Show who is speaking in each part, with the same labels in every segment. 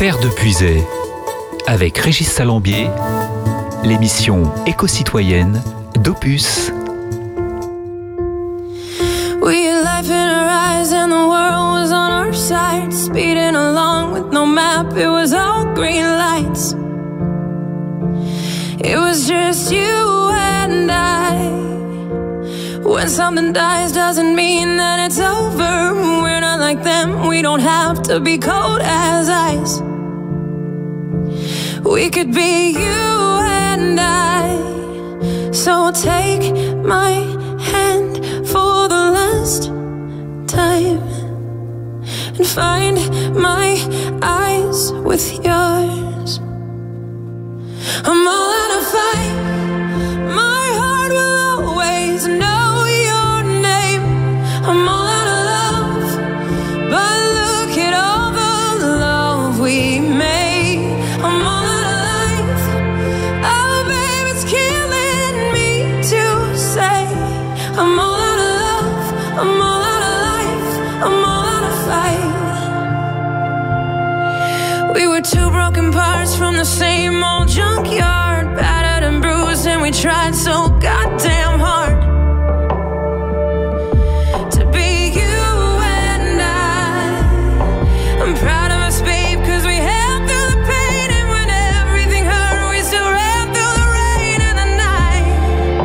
Speaker 1: Terre de Puisay, avec Régis Salambier, l'émission éco-citoyenne d'Opus.
Speaker 2: We had life in our eyes and the world was on our side, speeding along with no map, it was all green lights. It was just you and I. When something dies doesn't mean that it's over. We're not like them, we don't have to be cold as ice. We could be you and I. So take my hand for the last time and find my eyes with yours. I'm all out of fight. My heart will always know your name. I'm all out of love, but look at all the love we made. I'm all out of life. Oh, babe, it's killing me to say I'm all out of love. I'm all out of life. I'm all out of fight. We were two broken parts from the same old junkyard, battered and bruised, and we tried so goddamn hard to be you and I. I'm proud of us, babe, cause we held through the pain, and when everything hurt, we still ran through the rain and the night.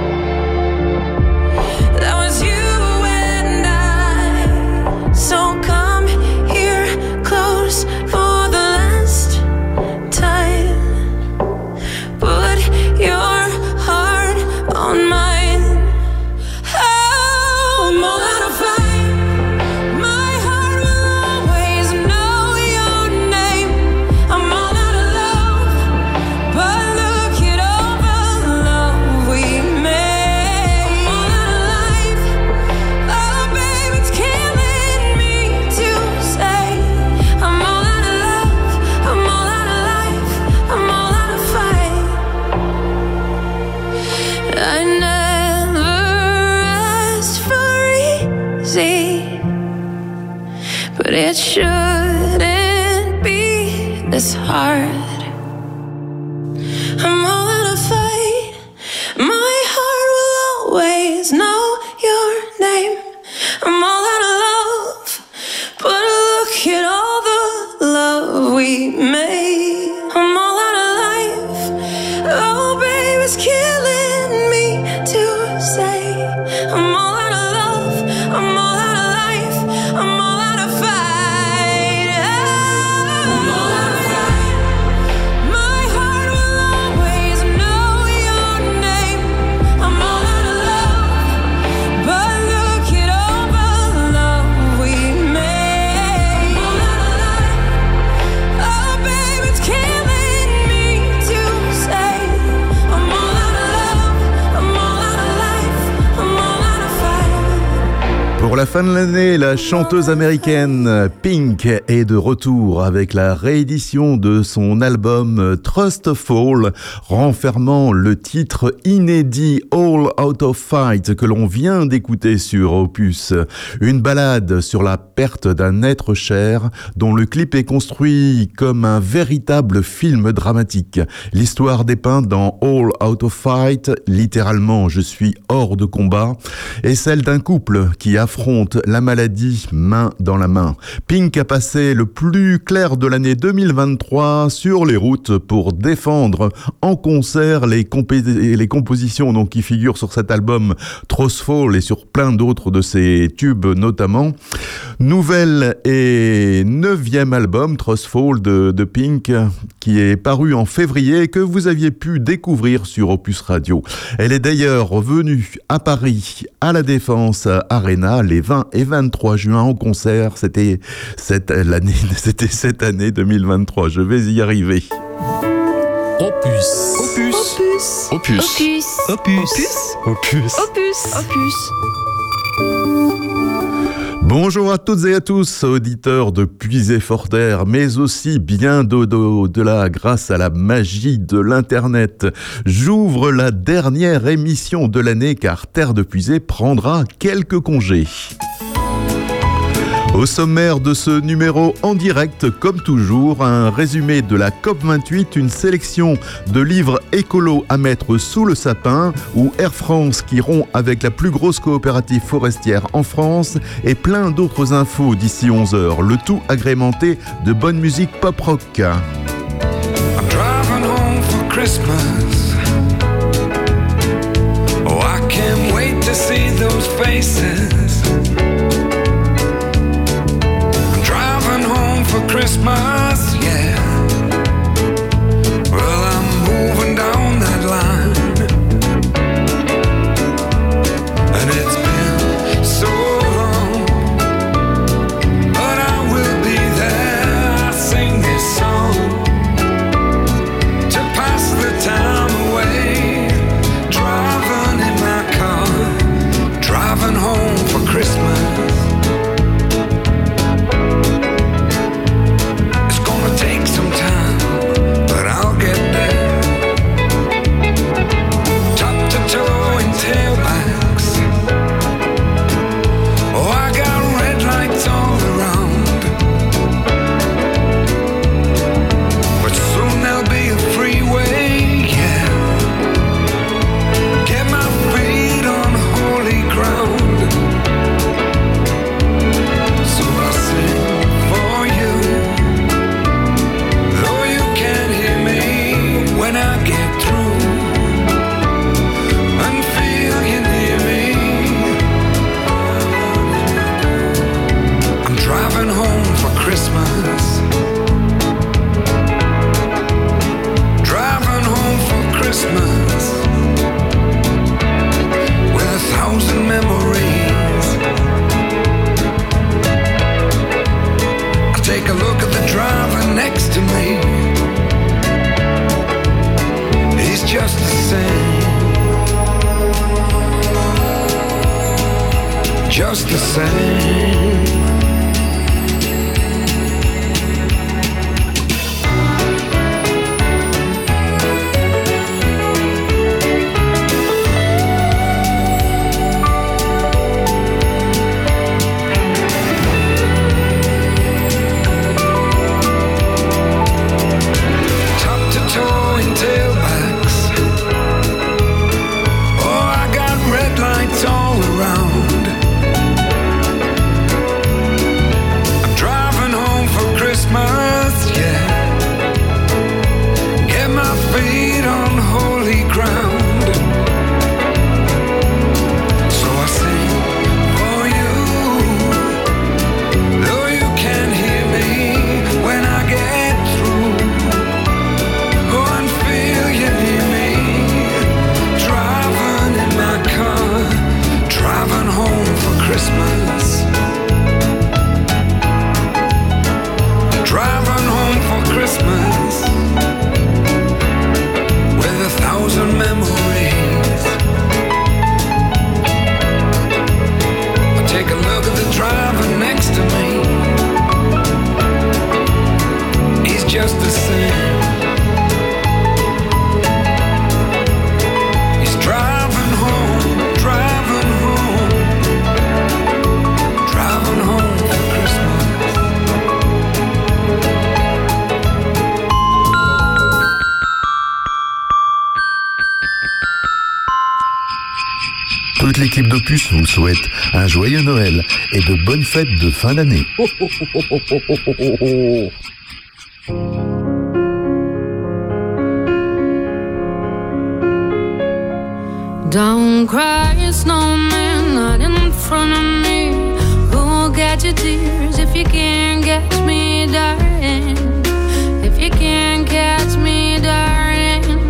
Speaker 2: That was you and I. So come here close for the last time. Put your heart on mine. Oh, I'm all out of fight. My heart will always know your name. I'm all out of love, but look at all the love we made. I'm all out of life. Oh, babe, it's killing me to say I'm all out of love. I'm all out of life. I'm all out of fight. I never asked for easy, but it shouldn't be this hard. I'm all out of fight. My heart will always know your name. I'm all out of love, but look at all the love we made. I'm all out of life. Oh, babe, it's killing me to say I'm all out of love. I'm all out of life. I'm all out of fight. I'm all out of fight. My heart will always know your name. I'm all out of love, but look at all the love we made. I'm all out of life. Oh, babe, it's killing me to say I'm all out of love. I'm all out of life. I'm all out of fight.
Speaker 3: Pour la fin de l'année, la chanteuse américaine Pink est de retour avec la réédition de son album Trust Fall, renfermant le titre inédit All Out of Fight que l'on vient d'écouter sur Opus. Une ballade sur la perte d'un être cher dont le clip est construit comme un véritable film dramatique. L'histoire dépeinte dans All Out of Fight, littéralement je suis hors de combat, est celle d'un couple qui affronte la maladie main dans la main. Pink a passé le plus clair de l'année 2023 sur les routes pour défendre en concert les compositions donc, qui figurent sur cet album Trust Fall et sur plein d'autres de ses tubes notamment. Nouvel et 9e album Trust Fall de Pink qui est paru en février et que vous aviez pu découvrir sur Opus Radio. Elle est d'ailleurs revenue à Paris à la Défense Arena les 20 et 23 juin en concert. C'était cette année 2023. Je vais y arriver.
Speaker 1: Opus.
Speaker 4: Opus.
Speaker 1: Opus.
Speaker 4: Opus.
Speaker 1: Opus.
Speaker 4: Opus.
Speaker 1: Opus.
Speaker 4: Opus. Opus.
Speaker 3: Bonjour à toutes et à tous, auditeurs de Puisay-Forterre, mais aussi bien d'au-delà grâce à la magie de l'Internet. J'ouvre la dernière émission de l'année car Terre de Puisay prendra quelques congés. Au sommaire de ce numéro en direct, comme toujours, un résumé de la COP28, une sélection de livres écolos à mettre sous le sapin, ou Air France qui rompt avec la plus grosse coopérative forestière en France, et plein d'autres infos d'ici 11h, le tout agrémenté de bonne musique pop-rock.
Speaker 4: I'm driving home for Christmas. Oh, I can't wait to see those faces. I'm driving home for Christmas, yeah. Well, I'm moving down that line, and it's been so long, but I will be there. I sing this song to pass the time away, driving in my car, driving home for Christmas. It's gonna take some time, but I'll get there. Top to toe in tailbacks. Oh, I got red lights all around, but soon there'll be a freeway, yeah. Get my feet on holy ground. So I sing for you, though you can't hear me when I get through, and feel you near me. I'm driving home for Christmas. Driving home for Christmas with 1,000 memories. I take a look at the driver next to me. He's just the same, just the same. Top to toe in tailbacks. Oh, I got red lights all around. I'm driving home for Christmas, yeah. Get my feet on holy ground. So I sing for you, though you can't hear me when I get through. Oh, and feel you near me, driving in my car, driving home for Christmas. Driving home for Christmas with 1,000 memories. I take a look at the driver next to me. He's just the same. He's driving home, driving home, driving home for Christmas.
Speaker 3: Toute l'équipe d'Opus vous souhaite un joyeux Noël et de bonnes fêtes de fin d'année.
Speaker 2: Don't cry, snowman, not in front of me. Who'll get your tears if you can't catch me, darling? If you can't catch me, darling.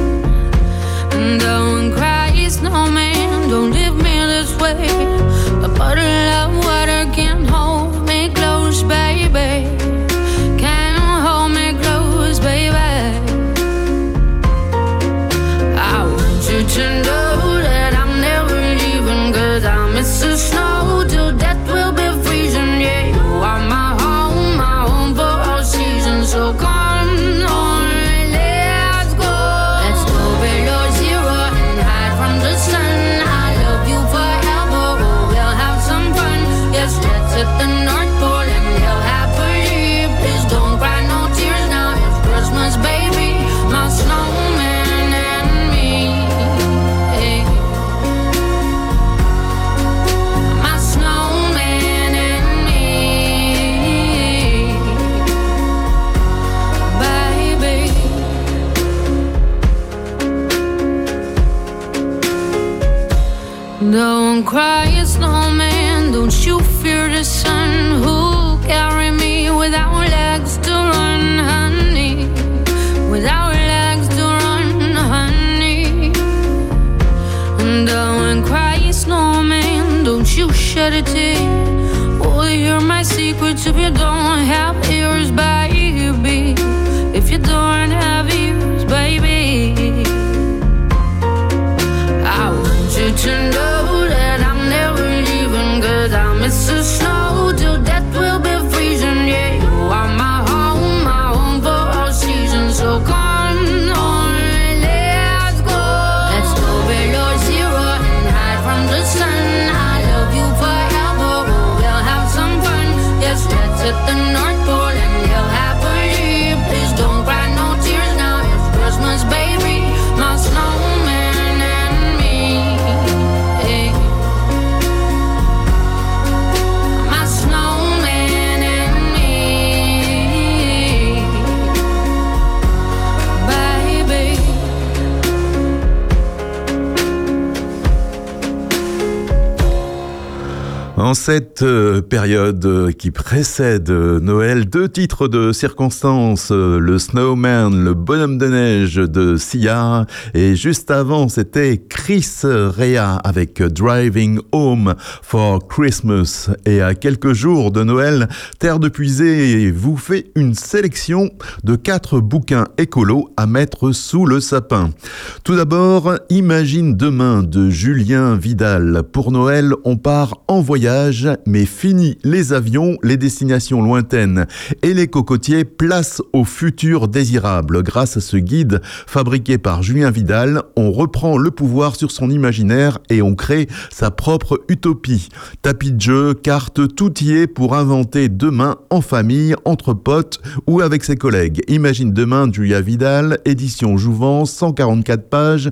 Speaker 2: Don't cry, snowman, don't leave me this way. A bottle of water can't hold me close, baby. Can't hold me close, baby. I want you to know that I'm never leaving, 'cause I miss the snow till death will be freezing. Yeah, you are my home for all seasons. cry, snowman, don't you fear the sun? Who'll carry me without legs to run, honey? Without legs to run, honey. And I won't cry, snowman, don't you shed a tear. Oh, you're my secrets if you don't have ears, baby. If you don't have ears, baby. I want you to know that I'm never leaving, 'cause I miss the snow till death will be freezing. Yeah, you are my home for all seasons. So come on, let's go. Let's go below zero and hide from the sun. I love you forever, we'll have some fun. Yes, let's hit the North Pole and live happily. Please don't cry no tears now, it's Christmas, baby. My snowman and me, hey. My snowman and me, baby.
Speaker 3: En cette période qui précède Noël, 2 titres de circonstance, le Snowman, le bonhomme de neige de Sia, et juste avant c'était Chris Rea avec Driving Home for Christmas. Et à quelques jours de Noël, Terre de Puisée vous fait une sélection de 4 bouquins écolos à mettre sous le sapin. Tout d'abord, Imagine demain de Julien Vidal. Pour Noël, on part en voyage, mais fini les avions, les destinations lointaines et les cocotiers, place au futur désirable. Grâce à ce guide fabriqué par Julien Vidal, on reprend le pouvoir sur son imaginaire et on crée sa propre utopie. Tapis de jeu, cartes, tout y est pour inventer demain en famille, entre potes ou avec ses collègues. Imagine demain de Julien Vidal, édition Jouvence, 144 pages,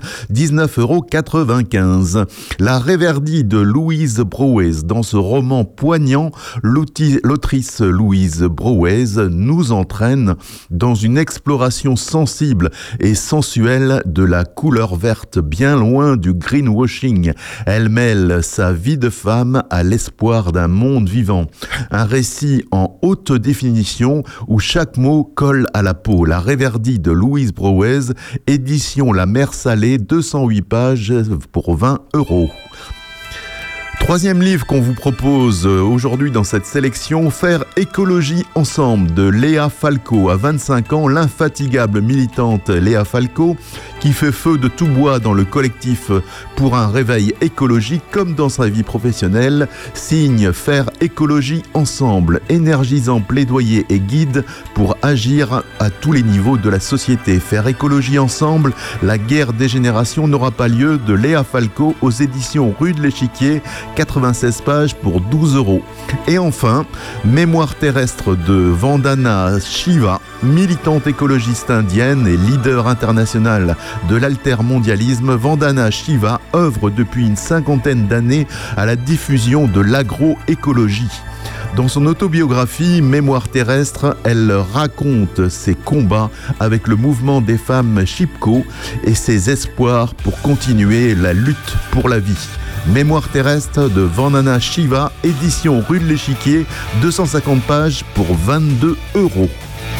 Speaker 3: 19,95 €. La Réverdie de Louise Brouez. Dans ce roman poignant, l'autrice Louise Brouez nous entraîne dans une exploration sensible et sensuelle de la couleur verte, bien loin du greenwashing. Elle mêle sa vie de femme à l'espoir d'un monde vivant. Un récit en haute définition où chaque mot colle à la peau. La Réverdie de Louise Brouez, édition La Mer Salée, 208 pages pour 20 €. Troisième livre qu'on vous propose aujourd'hui dans cette sélection, Faire écologie ensemble de Léa Falco. À 25 ans, l'infatigable militante Léa Falco, qui fait feu de tout bois dans le collectif pour un réveil écologique comme dans sa vie professionnelle, signe Faire écologie ensemble, énergisant plaidoyer et guide pour agir à tous les niveaux de la société. Faire écologie ensemble, la guerre des générations n'aura pas lieu de Léa Falco aux éditions Rue de l'Échiquier, 96 pages pour 12 €. Et enfin, Mémoire terrestre de Vandana Shiva, militante écologiste indienne et leader international de l'altermondialisme. Vandana Shiva œuvre depuis une 50aine d'années à la diffusion de l'agroécologie. Dans son autobiographie Mémoire terrestre, elle raconte ses combats avec le mouvement des femmes Chipko et ses espoirs pour continuer la lutte pour la vie. Mémoire terrestre de Vandana Shiva, édition Rue de l'Échiquier, 250 pages pour 22 €.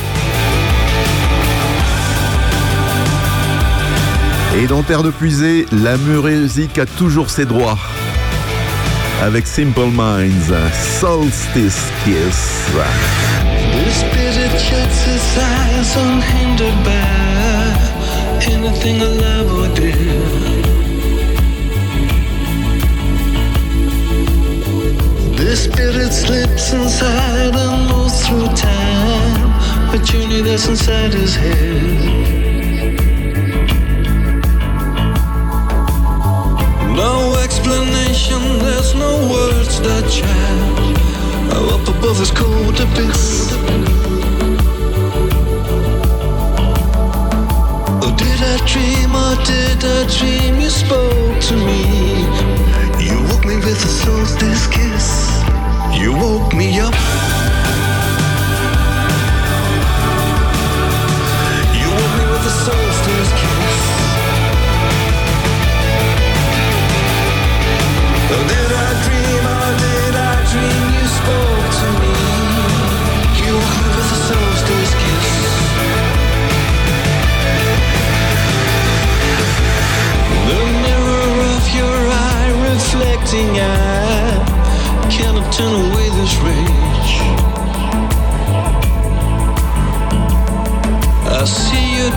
Speaker 3: Et dans Terre de Puisée, la musique a toujours ses droits. Avec Simple Minds, Solstice Kiss.
Speaker 5: The spirit shuts its eyes unhindered by anything a love would do. The spirit slips inside and moves through time, a journey that's inside his head. No explanation, there's no words that child up above this cold abyss. Oh, did I dream you spoke to me? You woke me with a solstice kiss. You woke me up. You woke me with a solstice kiss. Oh, did I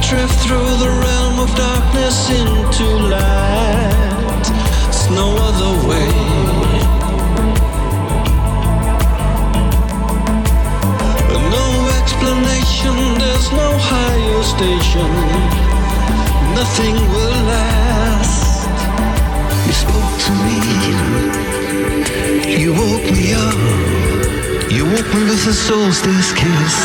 Speaker 5: drift through the realm of darkness into light. There's no other way. No explanation, there's no higher station. Nothing will last. You spoke to me. You woke me up. You woke me with a solstice kiss.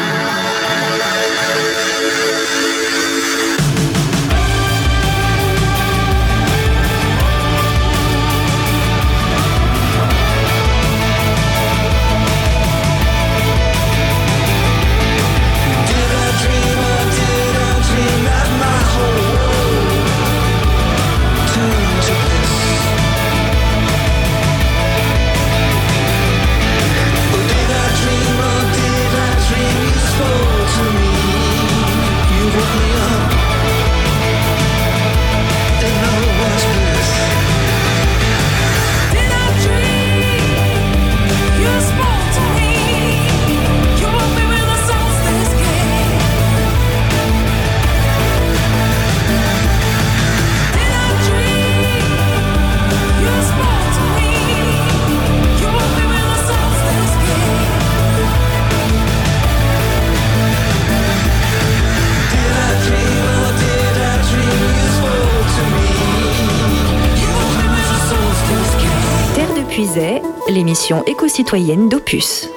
Speaker 6: L'émission éco-citoyenne d'Opus.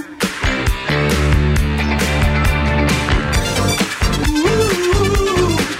Speaker 5: Ooh.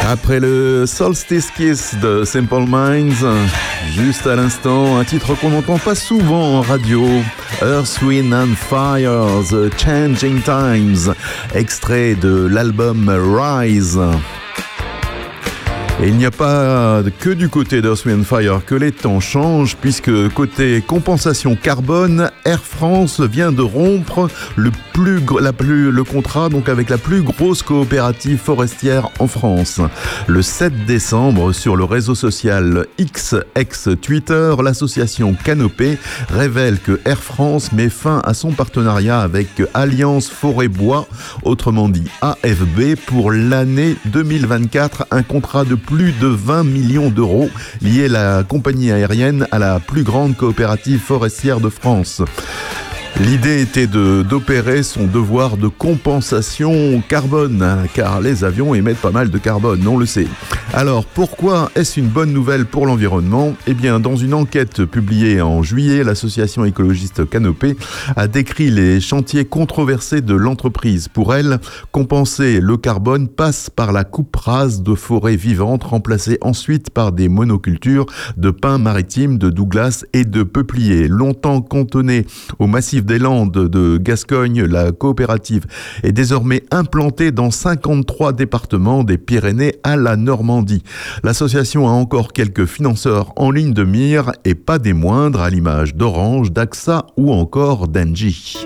Speaker 3: Après le Solstice Kiss de Simple Minds, juste à l'instant, un titre qu'on n'entend pas souvent en radio, Earth, Wind and Fire, The Changing Times, extrait de l'album Rise. Et il n'y a pas que du côté d'Earth, Wind & Fire que les temps changent, puisque côté compensation carbone, Air France vient de rompre le contrat donc avec la plus grosse coopérative forestière en France. Le 7 décembre, sur le réseau social X, ex-Twitter, l'association Canopée révèle que Air France met fin à son partenariat avec Alliance Forêt-Bois, autrement dit AFB, pour l'année 2024, un contrat de plus de 20 millions d'euros lié la compagnie aérienne à la plus grande coopérative forestière de France. L'idée était d'opérer son devoir de compensation carbone, car les avions émettent pas mal de carbone, on le sait. Alors, pourquoi est-ce une bonne nouvelle pour l'environnement ? Eh bien, dans une enquête publiée en juillet, l'association écologiste Canopée a décrit les chantiers controversés de l'entreprise. Pour elle, compenser le carbone passe par la coupe rase de forêts vivantes, remplacées ensuite par des monocultures de pins maritimes, de Douglas et de peupliers. Longtemps cantonnée au massif des Landes de Gascogne, la coopérative est désormais implantée dans 53 départements des Pyrénées à la Normandie. L'association a encore quelques financeurs en ligne de mire et pas des moindres, à l'image d'Orange, d'AXA ou encore d'Engie.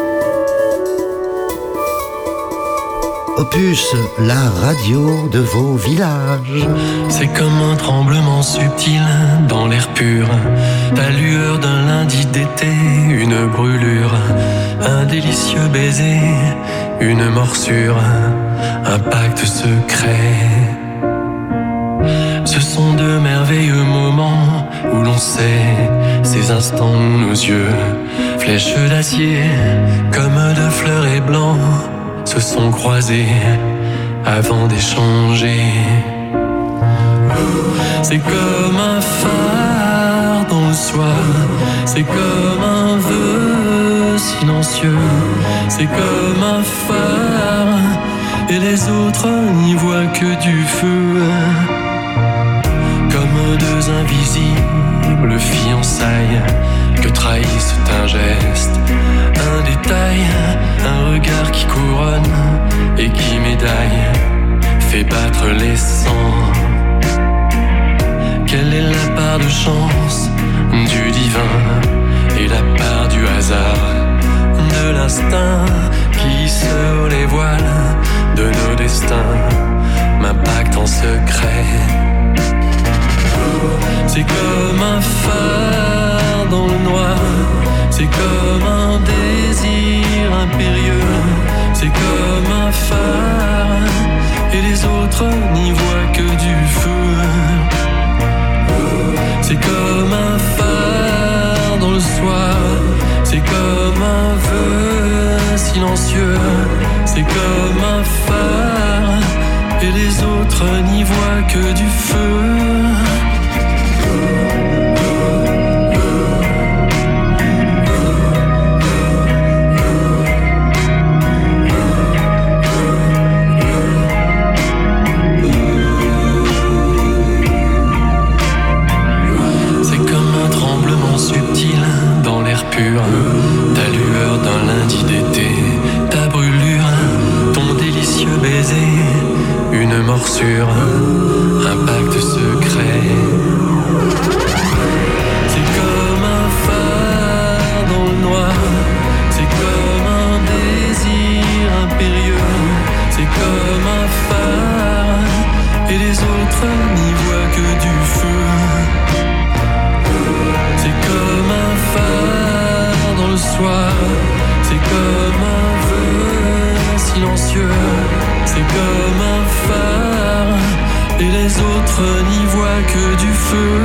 Speaker 7: Opus, la radio de vos villages.
Speaker 8: C'est comme un tremblement subtil dans l'air pur, ta lueur d'un lundi d'été, une brûlure, un délicieux baiser, une morsure, un pacte secret. Ce sont de merveilleux moments où l'on sait ces instants où nos yeux, flèches d'acier, comme de fleurs et blancs, se sont croisés avant d'échanger. C'est comme un phare dans le soir, c'est comme un vœu silencieux, c'est comme un phare et les autres n'y voient que du feu. Comme deux invisibles fiançailles que trahissent un geste, un détail, un regard qui couronne et qui médaille, fait battre les sangs. Quelle est la part de chance du divin et la part du hasard, de l'instinct qui sur les voiles de nos destins m'impacte en secret. C'est comme un phare dans le noir, c'est comme un désir impérieux, c'est comme un phare et les autres n'y voient que du feu. C'est comme un phare dans le soir, c'est comme un vœu silencieux, c'est comme un phare et les autres n'y voient que du feu. Ta lueur d'un lundi d'été, ta brûlure, ton délicieux baiser, une morsure, un pacte secret. C'est comme un phare dans le noir, c'est comme un désir impérieux, c'est comme un phare et les autres n'y voient que du feu. C'est comme un phare dans le soir, c'est comme un vœu silencieux, c'est comme un phare et les autres n'y voient que du feu.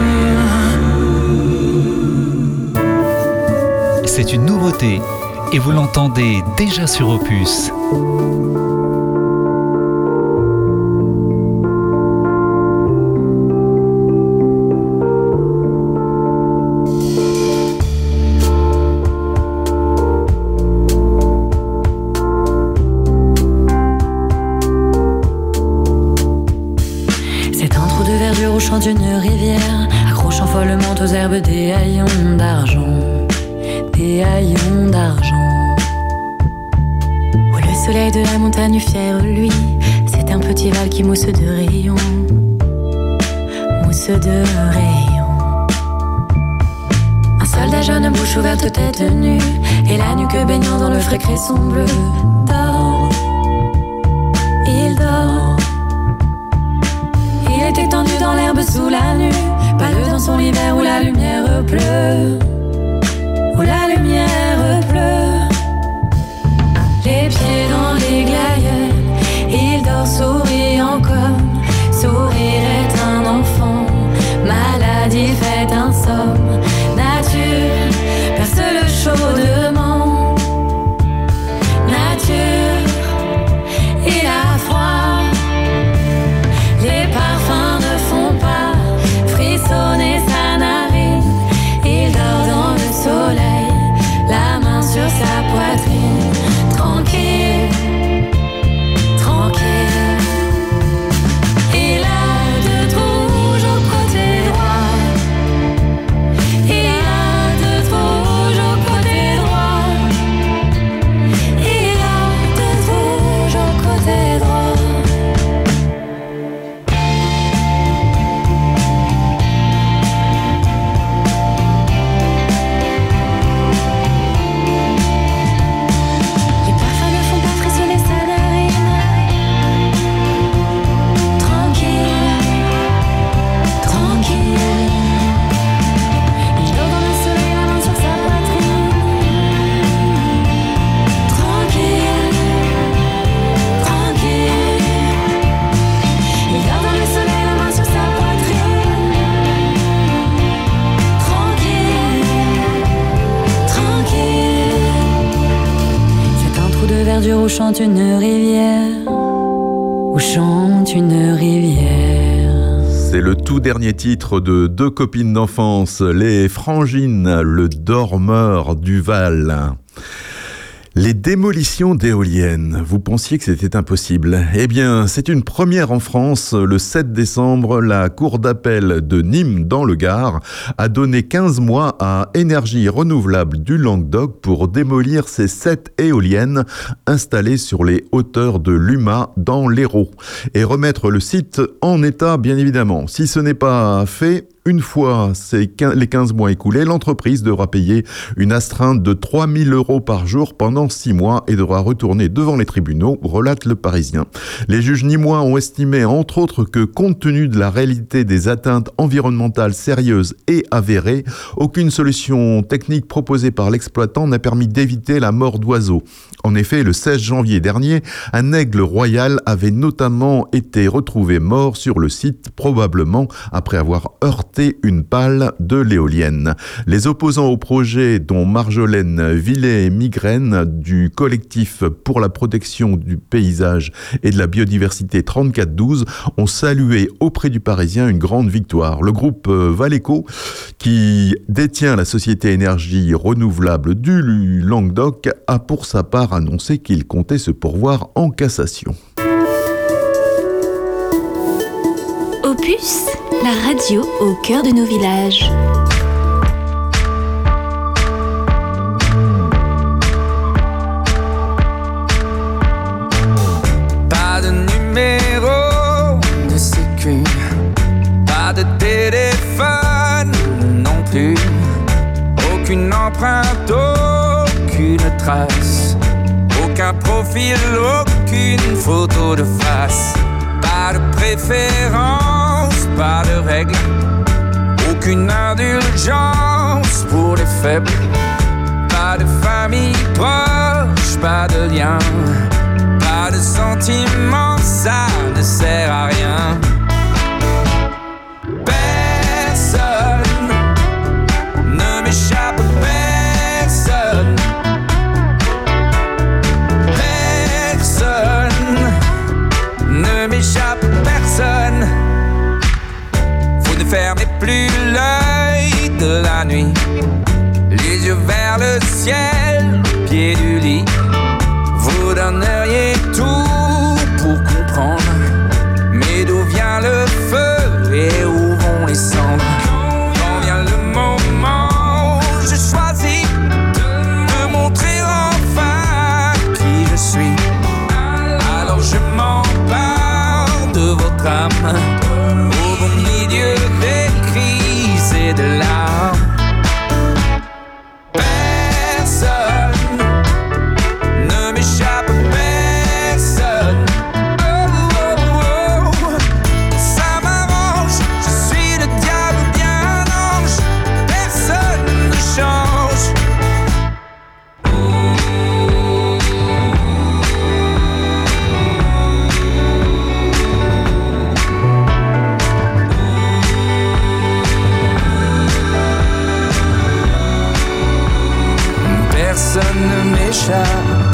Speaker 1: C'est une nouveauté et vous l'entendez déjà sur Opus.
Speaker 2: soleil de la montagne fier, lui, c'est un petit val qui mousse de rayons. Mousse de rayons. Un soldat jeune, bouche ouverte, tête nue, et la nuque baignant dans le frais cresson bleu. Dort, il dort. Il est étendu dans l'herbe sous la nue, pâle dans son hiver où la lumière pleut. Où la lumière pleut. Les pieds dans les glaïeuls, il dort souriant comme sourire est un enfant. Maladie fait un somme, nature perce le chaudement. Nature, il a froid. Les parfums ne font pas frissonner sa narine. Il dort dans le soleil, la main sur sa poitrine. Tranquille, tranquille. Il a deux trous rouges au côté droit. Il a deux trous rouges au côté droit. Il a deux trous rouges au côté droit. Les parfums ne font pas frissonner sa narine. Tranquille, tranquille. Il dort dans le soleil, la main sur sa poitrine. Tranquille, tranquille. Il dort dans le soleil, la main sur sa poitrine. Tranquille, tranquille. C'est un trou de verdure où chante une rivière. Où chante une rivière.
Speaker 3: C'est le tout dernier titre de deux copines d'enfance, les Frangines, le dormeur du Val. Les démolitions d'éoliennes, vous pensiez que c'était impossible. Eh bien, c'est une première en France. Le 7 décembre, la cour d'appel de Nîmes, dans le Gard, a donné 15 mois à Énergie Renouvelable du Languedoc pour démolir ces 7 éoliennes installées sur les hauteurs de l'Uma, dans l'Hérault, et remettre le site en état, bien évidemment. Si ce n'est pas fait, une fois les 15 mois écoulés, l'entreprise devra payer une astreinte de 3 000 € par jour pendant 6 mois et devra retourner devant les tribunaux, relate Le Parisien. Les juges nîmois ont estimé, entre autres, que compte tenu de la réalité des atteintes environnementales sérieuses et avérées, aucune solution technique proposée par l'exploitant n'a permis d'éviter la mort d'oiseaux. En effet, le 16 janvier dernier, un aigle royal avait notamment été retrouvé mort sur le site, probablement après avoir heurté une pale de l'éolienne. Les opposants au projet, dont Marjolaine Villet-Migraine du collectif pour la protection du paysage et de la biodiversité 3412, ont salué auprès du Parisien une grande victoire. Le groupe Valeco, qui détient la société énergie renouvelable du Languedoc, a pour sa part annoncé qu'il comptait se pourvoir en cassation.
Speaker 6: Opus, la radio au cœur de nos villages.
Speaker 4: Pas de numéro de sécu, pas de téléphone non plus, aucune empreinte, aucune trace, aucun profil, aucune photo de face, pas de préférence, pas de règle, aucune indulgence pour les faibles, pas de famille proche, pas de lien, pas de sentiments, ça ne sert à rien. Personne ne m'échappe, personne. Personne ne m'échappe, personne. Vous ne fermez plus l'œil de la nuit, les yeux vers le ciel, pied du lit. Vous donnez drame. Au beau milieu des crises et de larmes. Personne ne m'échappe, personne. Oh, oh, oh. Ça m'arrange, je suis le diable ou bien un ange. Personne ne change. Personne ne m'échappe.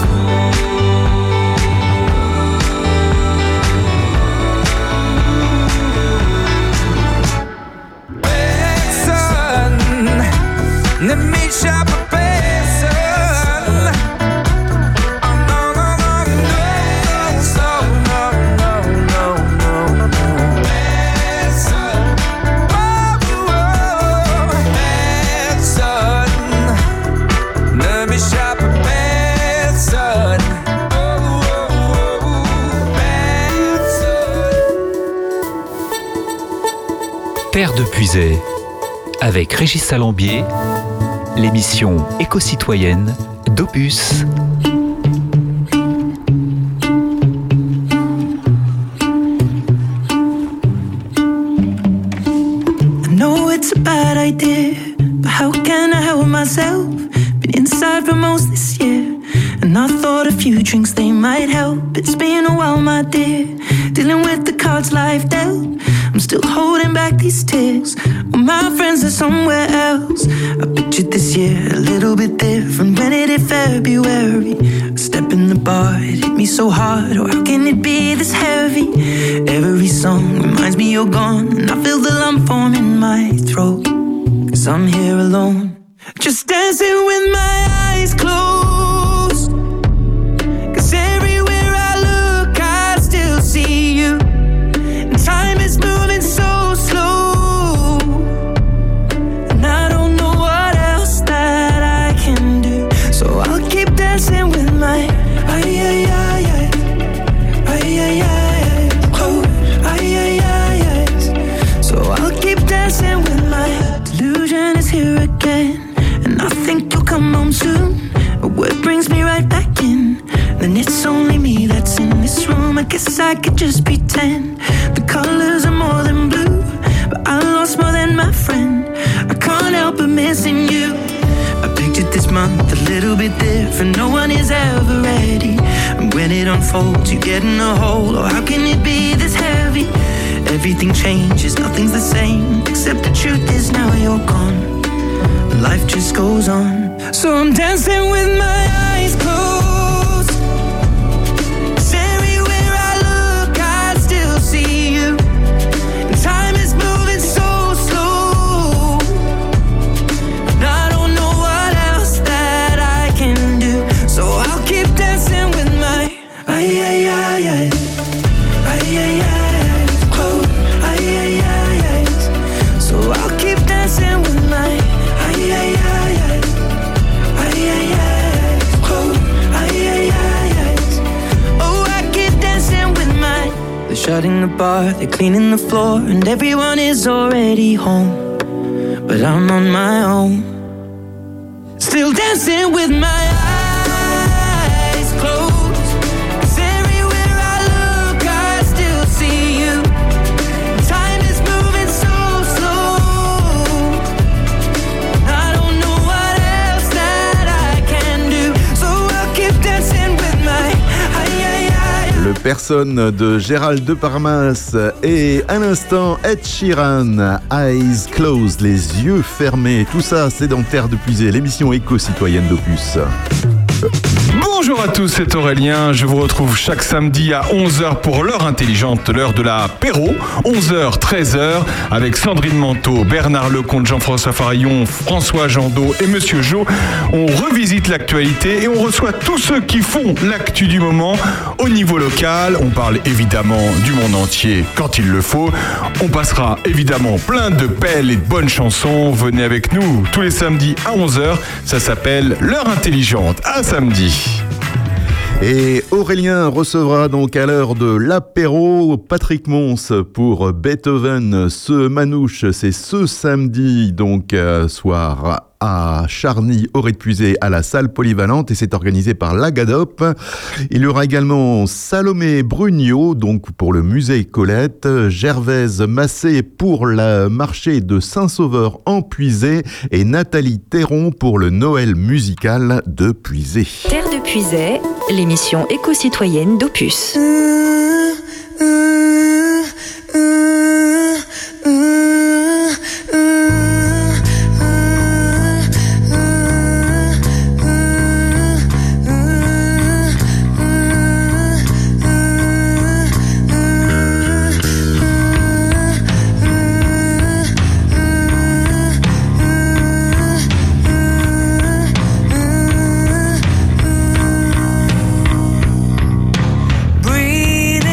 Speaker 4: Personne ne m'échappe, personne. Oh non, non, non, non, non, non, non, non. Personne. Oh, oh, personne ne m'échappe, personne. Oh, oh, oh, personne.
Speaker 1: Terre de Puisay, avec Régis Salambier, l'émission éco-citoyenne d'Opus.
Speaker 2: I know it's a bad idea, but how can I help myself? Been inside for most this year, and I thought a few drinks they might help. It's been a while, my dear, dealing with the cards life dealt. I'm still holding back these tears, well, my friends are somewhere else. I pictured this year a little bit different when it hit February. A step in the bar, it hit me so hard, or how can it be this heavy? Every song reminds me you're gone, and I feel the lump form in my throat, 'cause I'm here alone, just dancing with my eyes closed. 'Cause everywhere I look I still see you, and time is moving so slow, and I don't know what else that I can do, so I'll keep dancing with my eyes closed. So I'll keep dancing with my delusion is here again, and I think you'll come home soon. A word brings me right back in, then it's only me that's in this room. I guess I could just pretend the colors are more than blue, but I lost more than my friend. I can't help but missing you. I pictured this month a little bit different, no one is ever ready, and when it unfolds you get in a hole, or how can it be this heavy? Everything changes, nothing's the same, except the truth is now you're gone, life just goes on. So I'm dancing with my eyes closed, 'cause everywhere I look I still see you, and time is moving so slow, and I don't know what else that I can do, so I'll keep dancing with my eyes closed. So I'll keep dancing with my eyes closed. Oh, I keep dancing with my. They're shutting the bar, they're cleaning the floor, and everyone is already home, but I'm on my own, still dancing with my eyes closed. 'Cause everywhere I look I still see you, time is moving so slow, I don't know what else that I can do, so I'll keep dancing with my
Speaker 3: Le Personne de Gérald Depardimas et à l'instant Ed Sheeran, Eyes Closed, les yeux fermés. Tout ça, c'est dans Terre de Puisay, l'émission éco-citoyenne d'Opus.
Speaker 9: Bonjour à tous, c'est Aurélien. Je vous retrouve chaque samedi à 11h pour l'heure intelligente, l'heure de l'apéro. 11h, 13h, avec Sandrine Manteau, Bernard Lecomte, Jean-François Faraillon, François Jandot et Monsieur Jo. On revisite l'actualité et on reçoit tous ceux qui font l'actu du moment au niveau local. On parle évidemment du monde entier quand il le faut. On passera évidemment plein de belles et de bonnes chansons. Venez avec nous tous les samedis à 11h. Ça s'appelle l'heure intelligente. À samedi.
Speaker 3: Et Aurélien recevra donc à l'heure de l'apéro Patrick Mons pour Beethoven, ce manouche, c'est ce samedi, donc soir à Charny, Auré-de-Puisay, à la salle polyvalente, et c'est organisé par l'Agadop. Il y aura également Salomé Brugnot, donc pour le musée Colette, Gervaise Massé pour le marché de Saint-Sauveur en Puisay, et Nathalie Théron pour le Noël musical de Puisay.
Speaker 10: Terre de Puisay, l'émission éco-citoyenne d'Opus.
Speaker 2: Breathe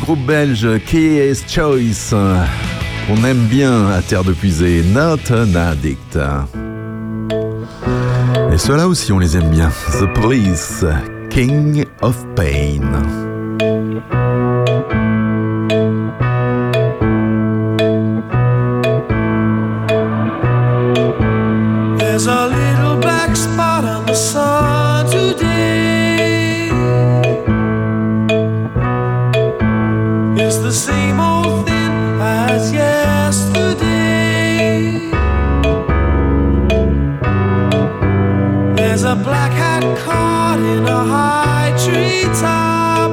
Speaker 3: groupe belge Key's Choice, qu'on aime bien à Terre de Puisée, Not an Addict. Et ceux-là aussi on les aime bien, The Police, King of Pain.
Speaker 5: There's a little black spot on the sun today. It's the same old thing as yesterday. There's a black hat caught in a high tree top.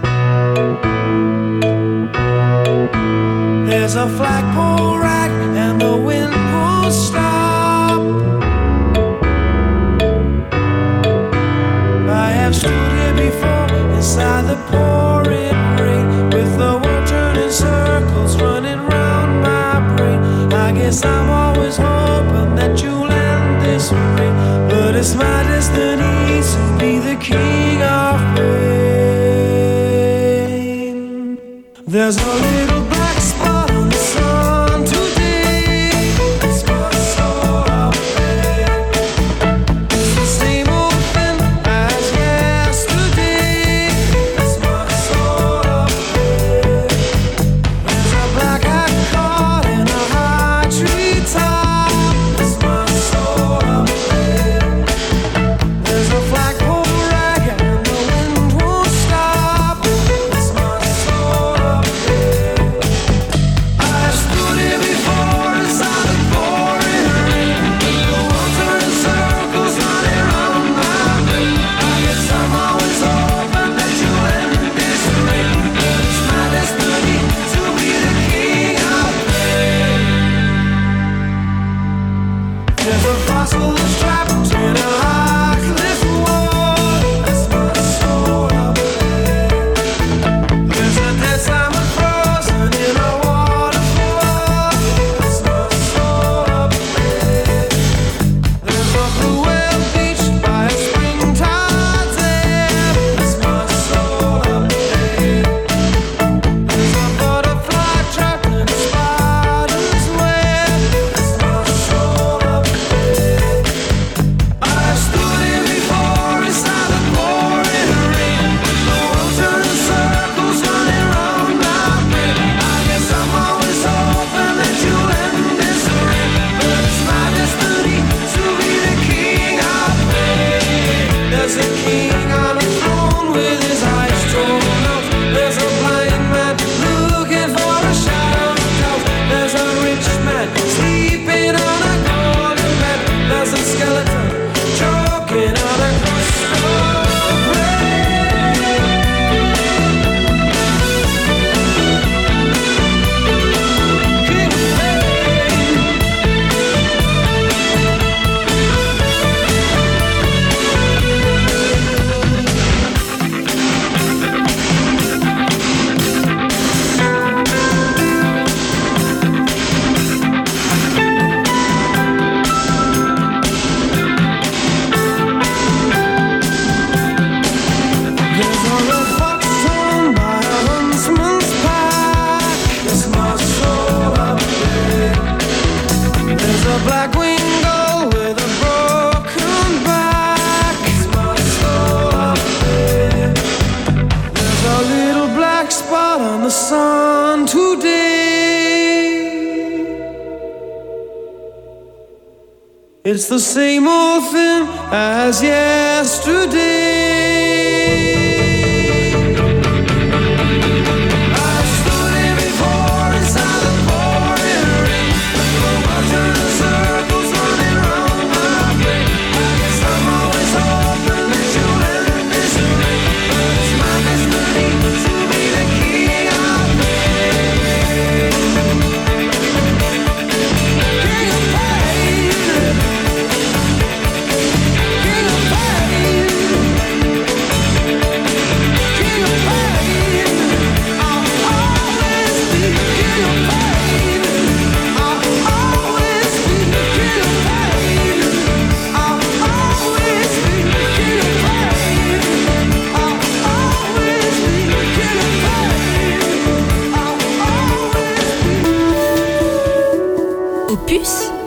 Speaker 5: There's a flagpole rack and the wind won't stop. I've stood here before inside the pouring rain, with the world turning circles running round my brain. I guess I'm always hoping that you'll end this way, but it's my destiny to be the king of pain. There's a little black spot on the sun today. It's my soul of pain. It's the same old thing as yesterday. It's my soul of pain. There's a black hat caught in a high tree top. It's my soul of pain. There's a flagpole rag and the wind won't stop. It's my soul of pain. I stood here before inside the pouring rain, with the world turning circles running round my brain. I guess I'm always hoping that you'll end this rain, but it's my destiny to be the king of pain. There's a fossil that's trapped in a high cliff wall. That's my soul of pain. There's a dead salmon frozen in a waterfall. That's my soul of pain. There's a blue whale beached by a springtide ebb. That's my soul of pain. There's a butterfly trapped in a spider's web. That's my soul of pain. I stood here before inside the pouring rain, with the world turning circles running round my brain. I guess I'm always hoping that you'll end this rain, but it's my destiny to be the king of pain. There's a king on a throne with his eyes drawn out. There's a blind man looking for a shadow of doubt. There's a rich man sleeping on a golden bed. There's a skeleton choking on a crust of bread. King of pain. There's a red fox torn by a huntsman's pack. It's my soul of pain. There's a black winged gull with a broken back. It's my soul of pain. There's a little black spot on the sun today. It's the same old thing as yesterday. I stood here before inside the pouring rain, with the world turning circles running round my brain. I guess I'm always hoping that you'll end this rain, but it's my destiny to be the king of pain. King of pain. King of pain.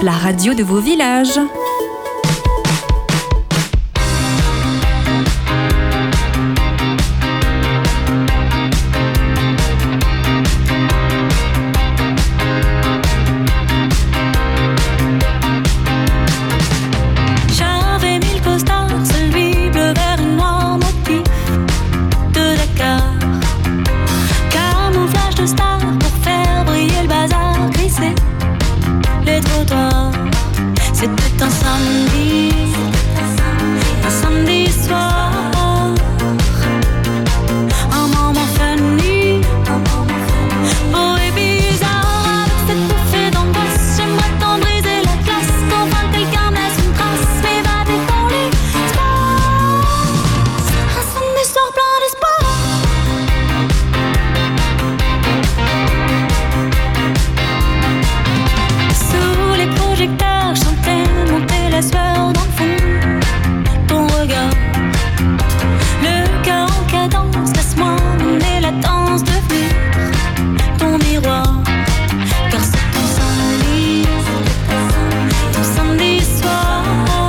Speaker 10: la radio de vos villages.
Speaker 2: J'avais mis le costard, celui bleu, vert et noir, motif de Dakar. Camouflage de star pour faire briller le bazar, grisser les trottoirs. C'était un samedi soir. Un moment funny, beau et bizarre. Avec cette bouffée d'angoisse, j'aimerais t'en briser la glace. Qu'enfin quelqu'un me laisse une trace, m'évader dans l'espace. Un samedi soir plein d'espoir. Sous les projecteurs, je sentais monter la sueur dans le fond. Ton regard, le cœur en cadence, laisse-moi mener la danse, devenir ton miroir. Car c'est ton samedi soir.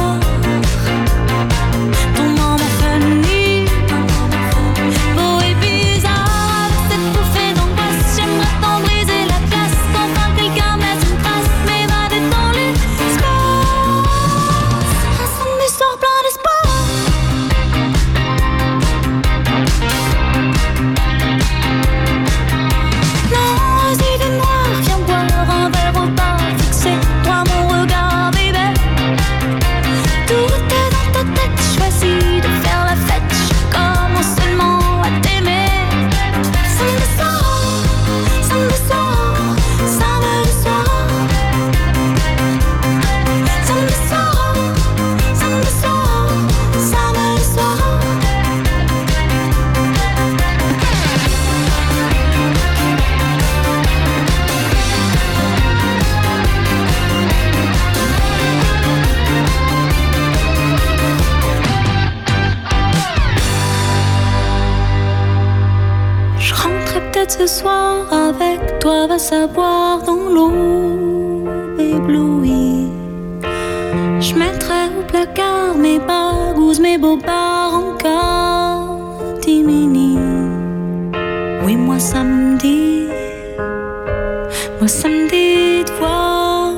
Speaker 2: Ton moment funny, beau et bizarre. Avec cette bouffée d'angoisse, j'aimerais t'en briser la glace. Qu'enfin quelqu'un me laisse une trace, m'évader dans l'espace. Un samedi soir plein d'espoir. Non, réside noir, viens boire un verre au bar. Fixé, toi mon regard, baby. Tout est dans ta tête, choisis de faire la fête. Je commence seulement à t'aimer. Samedi soir, samedi soir, samedi soir. Samedi soir, samedi soir, samedi soir. Je rentrerai peut-être ce soir avec toi, va savoir, dans l'eau éblouie. Je mettrai au placard mes bagouses, mes bobards en catimini. Oui, moi samedi de voir.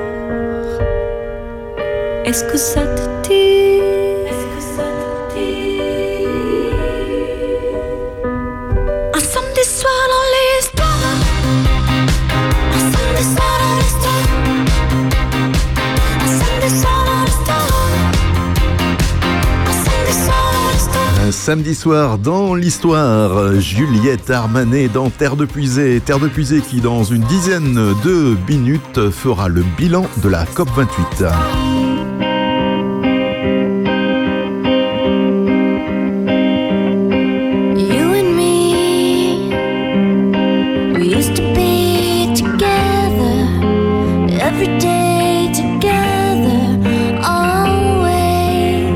Speaker 2: Est-ce que ça te dit? Un samedi soir dans l'histoire. Un samedi soir dans l'histoire. Un samedi soir dans l'histoire. Un samedi soir dans l'histoire.
Speaker 3: Un samedi soir dans l'histoire, Juliette Armanet dans Terre de Puisée. Terre de Puisée qui, dans une dizaine de minutes, fera le bilan de la COP28.
Speaker 2: You and me, we used to be together, every day together, always.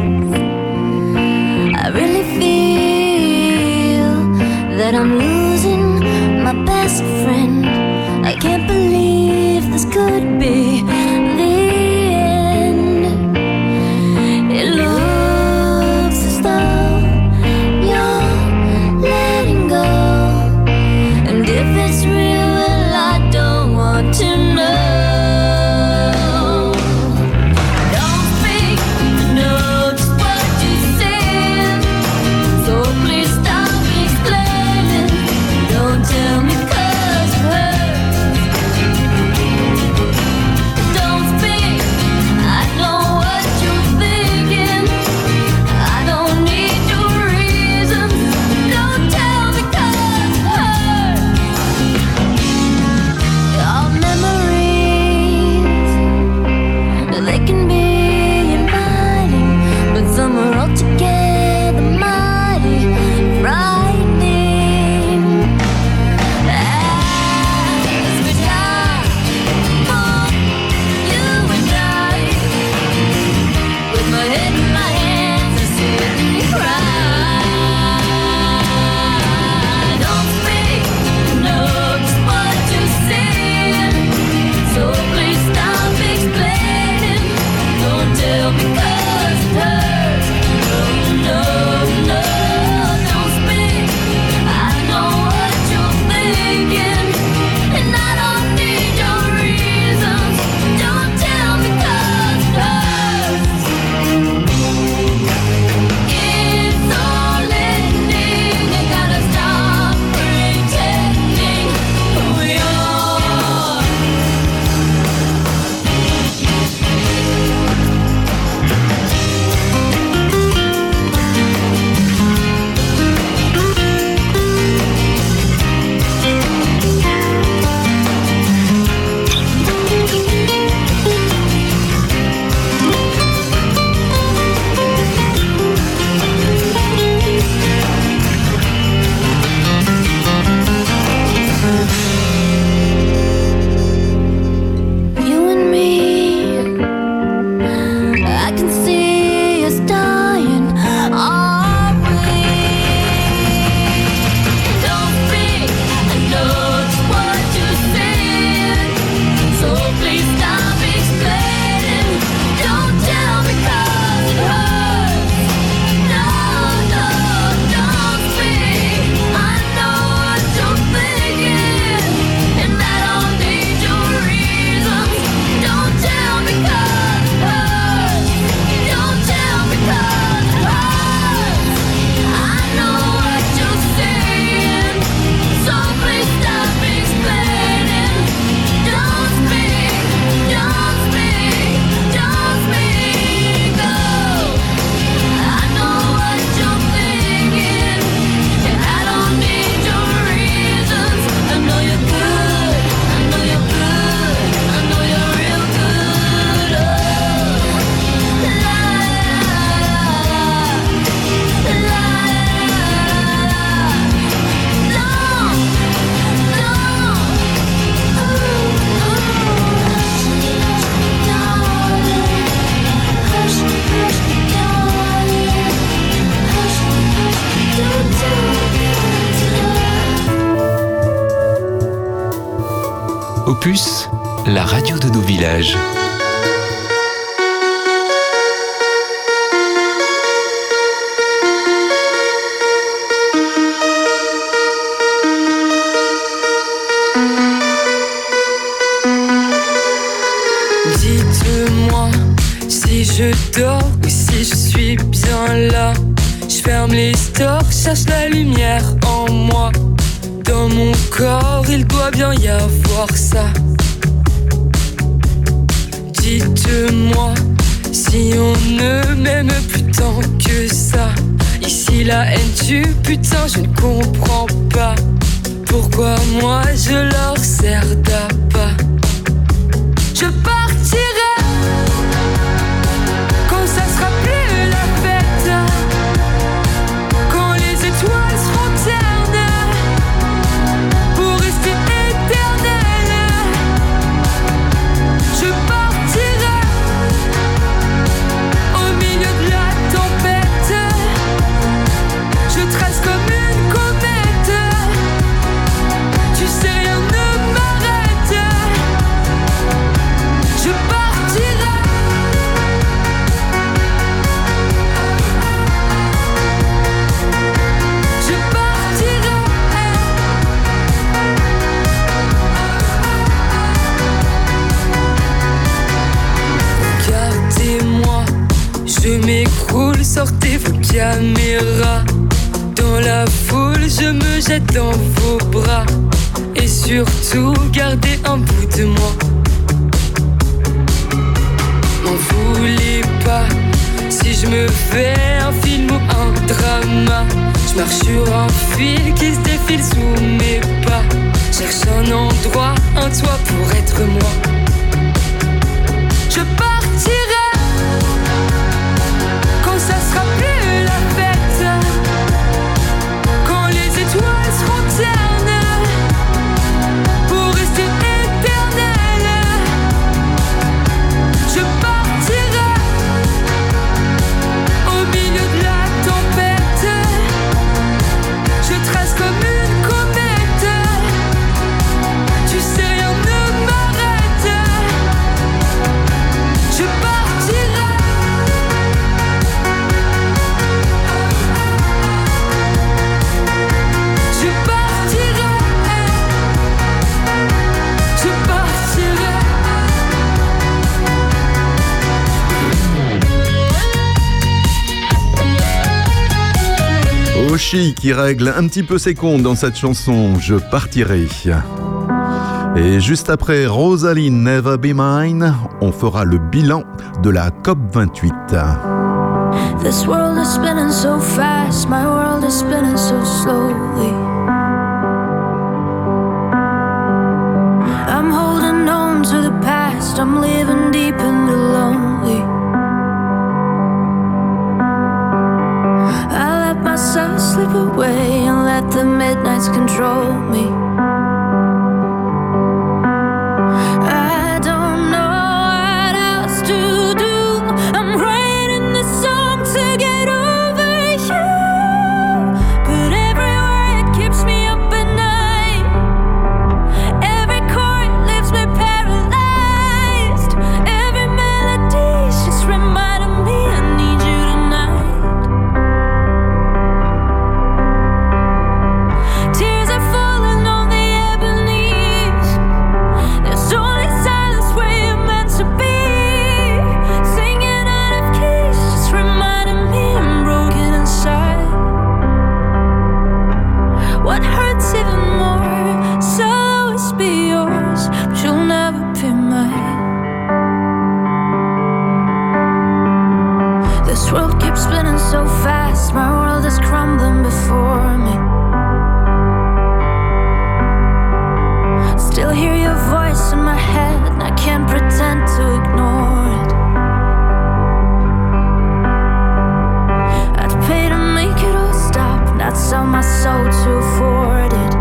Speaker 2: I really feel that I'm losing my best friend. I can't believe this could be the end. It looks as though you're letting go, and if it's real, well, I don't want to know. Don't speak, I know just what you said, so please stop explaining.
Speaker 1: Opus, la radio de nos villages.
Speaker 11: Dites-moi si je dors ou si je suis bien là. Je ferme les stores, cherche la lumière en moi. Dans mon corps, il doit bien y avoir ça. Dites-moi si on ne m'aime plus tant que ça. Ici la haine tue, putain je ne comprends pas. Pourquoi moi je leur sers d'appât. Je partirai quand ça sera plus la fête. Quand les étoiles seront ternes pour rester éternelles. Je partirai au milieu de la tempête. Je trace comme une comète. Tu sais rien ne m'arrête. Je partirai. Je partirai. Regardez-moi, je m'écroule, sortez vos caméras. Dans la foule, je me jette dans vos bras. Et surtout, gardez un bout de moi. M'en voulez pas si je me fais un film ou un drama. Je marche sur un fil qui se défile sous mes pas. Cherche un endroit, un toit pour être moi. Je partirai quand ça sera plus la fête. Quand les étoiles seront ternes pour rester éternelles. Je partirai au milieu de la tempête. Je trace comme une comète. Tu sais rien ne m'arrête. Je partirai. Je partirai. Je partirai.
Speaker 3: Oshi qui règle un petit peu ses comptes dans cette chanson, Je partirai. Et juste après Rosaline, Never Be Mine, on fera le bilan de la COP28.
Speaker 2: This world is spinning so fast, my world is spinning so slowly. I'm holding on to the past, I'm living deep in the lonely. I let myself slip away and let the midnights control me. I don't know what else to do. I'm writing this song to get over you. But everywhere it keeps me up at night. Every chord leaves me paralyzed. Every melody's just reminding me I need you tonight. Tears are falling on the ebonies. There's only silence where you're meant to be. Singing out of keys, just reminding me I'm broken inside. What hurts even more, so I'll always be yours, but you'll never be mine. This world keeps spinning so fast, my world is crumbling before me. Still hear your voice in my head, and I can't pretend to ignore it. I'd pay to make it all stop, and I'd sell my soul to afford it.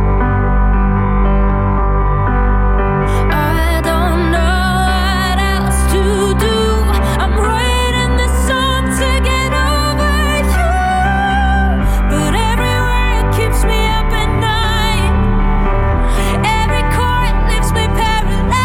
Speaker 2: I don't know what else to do. I'm writing this song to get over you. But everywhere it keeps me up at night. Every chord leaves me paralyzed.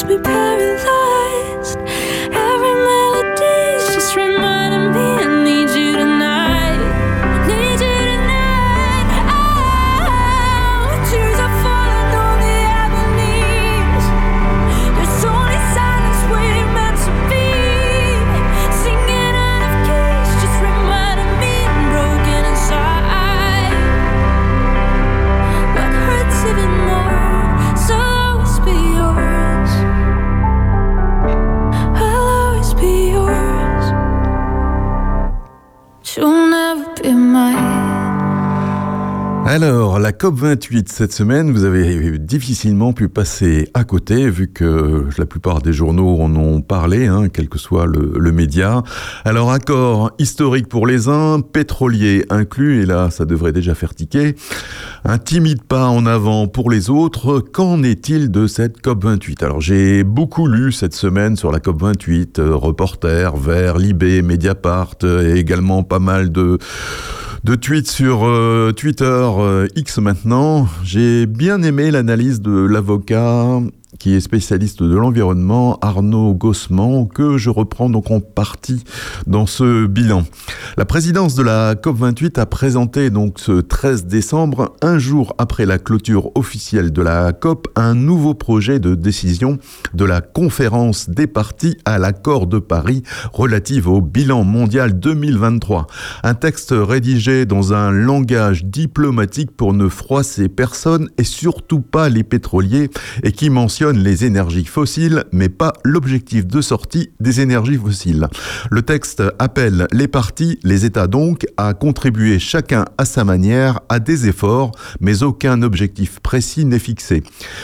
Speaker 2: leaves me paralyzed. Every melody's just reminding me I need you tonight. Need you tonight. Oh, tears are falling on the avenues. There's only silence where you're meant to be. Singing out of keys, just reminding me I'm broken inside. What hurts even more, so I'll always be yours. I'll always be yours. You'll never be mine.
Speaker 3: Alors, la COP28 cette semaine, vous avez difficilement pu passer à côté, vu que la plupart des journaux en ont parlé, quel que soit le média. Alors, accord historique pour les uns, pétrolier inclus, et là, ça devrait déjà faire tiquer. Un timide pas en avant pour les autres. Qu'en est-il de cette COP28 ? Alors, j'ai beaucoup lu cette semaine sur la COP28, Reporter, Vert, Libé, Mediapart, et également pas mal de tweets sur Twitter, X maintenant. J'ai bien aimé l'analyse de l'avocat qui est spécialiste de l'environnement, Arnaud Gossman, que je reprends donc en partie dans ce bilan. La présidence de la COP28 a présenté donc ce 13 décembre, un jour après la clôture officielle de la COP, un nouveau projet de décision de la conférence des parties à l'accord de Paris relative au bilan mondial 2023. Un texte rédigé dans un langage diplomatique pour ne froisser personne et surtout pas les pétroliers et qui mentionne les énergies fossiles, mais pas l'objectif de sortie des énergies fossiles. Le texte appelle les parties, les États donc, à contribuer chacun à sa manière à des efforts, mais aucun objectif précis n'est fixé.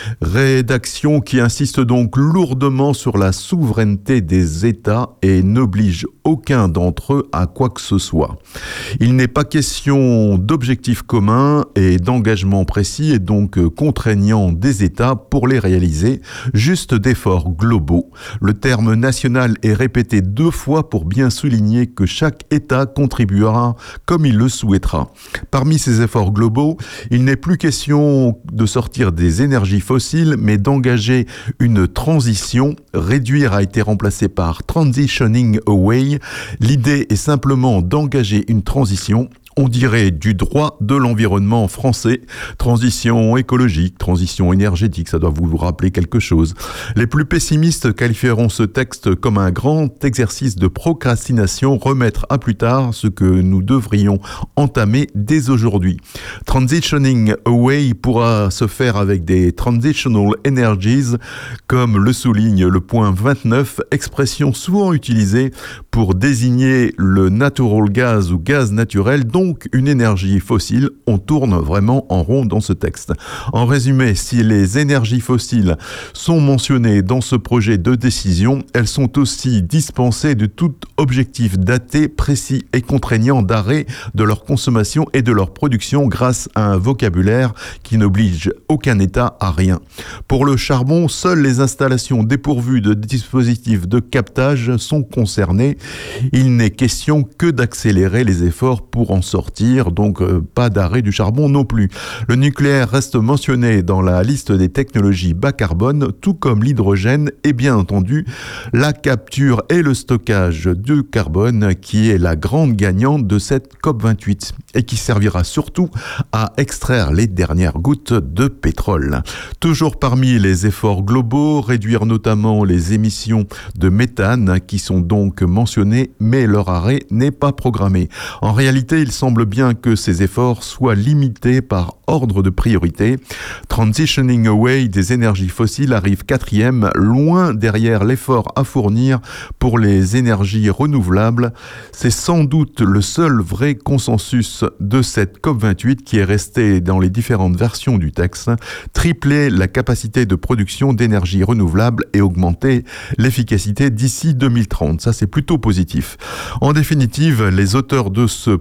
Speaker 3: Rédaction qui insiste donc lourdement sur la souveraineté des États et n'oblige aucun d'entre eux à quoi que ce soit. Il n'est pas question d'objectifs communs et d'engagements précis et donc contraignants des États pour les réaliser, juste d'efforts globaux. Le terme national est répété 2 fois pour bien souligner que chaque État contribuera comme il le souhaitera. Parmi ces efforts globaux, il n'est plus question de sortir des énergies fossiles, mais d'engager une transition. Réduire a été remplacé par transitioning away. L'idée est simplement d'engager une transition, on dirait du droit de l'environnement français. Transition écologique, transition énergétique, ça doit vous rappeler quelque chose. Les plus pessimistes qualifieront ce texte comme un grand exercice de procrastination, remettre à plus tard ce que nous devrions entamer dès aujourd'hui. Transitioning away pourra se faire avec des transitional energies, comme le souligne le point 29, expression souvent utilisée pour désigner le natural gas ou gaz naturel, donc une énergie fossile. On tourne vraiment en rond dans ce texte. En résumé, si les énergies fossiles sont mentionnées dans ce projet de décision, elles sont aussi dispensées de tout objectif daté, précis et contraignant d'arrêt de leur consommation et de leur production grâce à un vocabulaire qui n'oblige aucun État à rien. Pour le charbon, seules les installations dépourvues de dispositifs de captage sont concernées. Il n'est question que d'accélérer les efforts pour en sortir, donc pas d'arrêt du charbon non plus. Le nucléaire reste mentionné dans la liste des technologies bas carbone, tout comme l'hydrogène et bien entendu la capture et le stockage de carbone qui est la grande gagnante de cette COP28 et qui servira surtout à extraire les dernières gouttes de pétrole. Toujours parmi les efforts globaux, réduire notamment les émissions de méthane qui sont donc mentionnées, mais leur arrêt n'est pas programmé. En réalité, il semble bien que ces efforts soient limités par ordre de priorité. Transitioning away des énergies fossiles arrive 4e, loin derrière l'effort à fournir pour les énergies renouvelables. C'est sans doute le seul vrai consensus de cette COP28 qui est resté dans les différentes versions du texte. Tripler la capacité de production d'énergie renouvelable et augmenter l'efficacité d'ici 2030. Ça, c'est plutôt positif. En définitive, les auteurs de ce projet de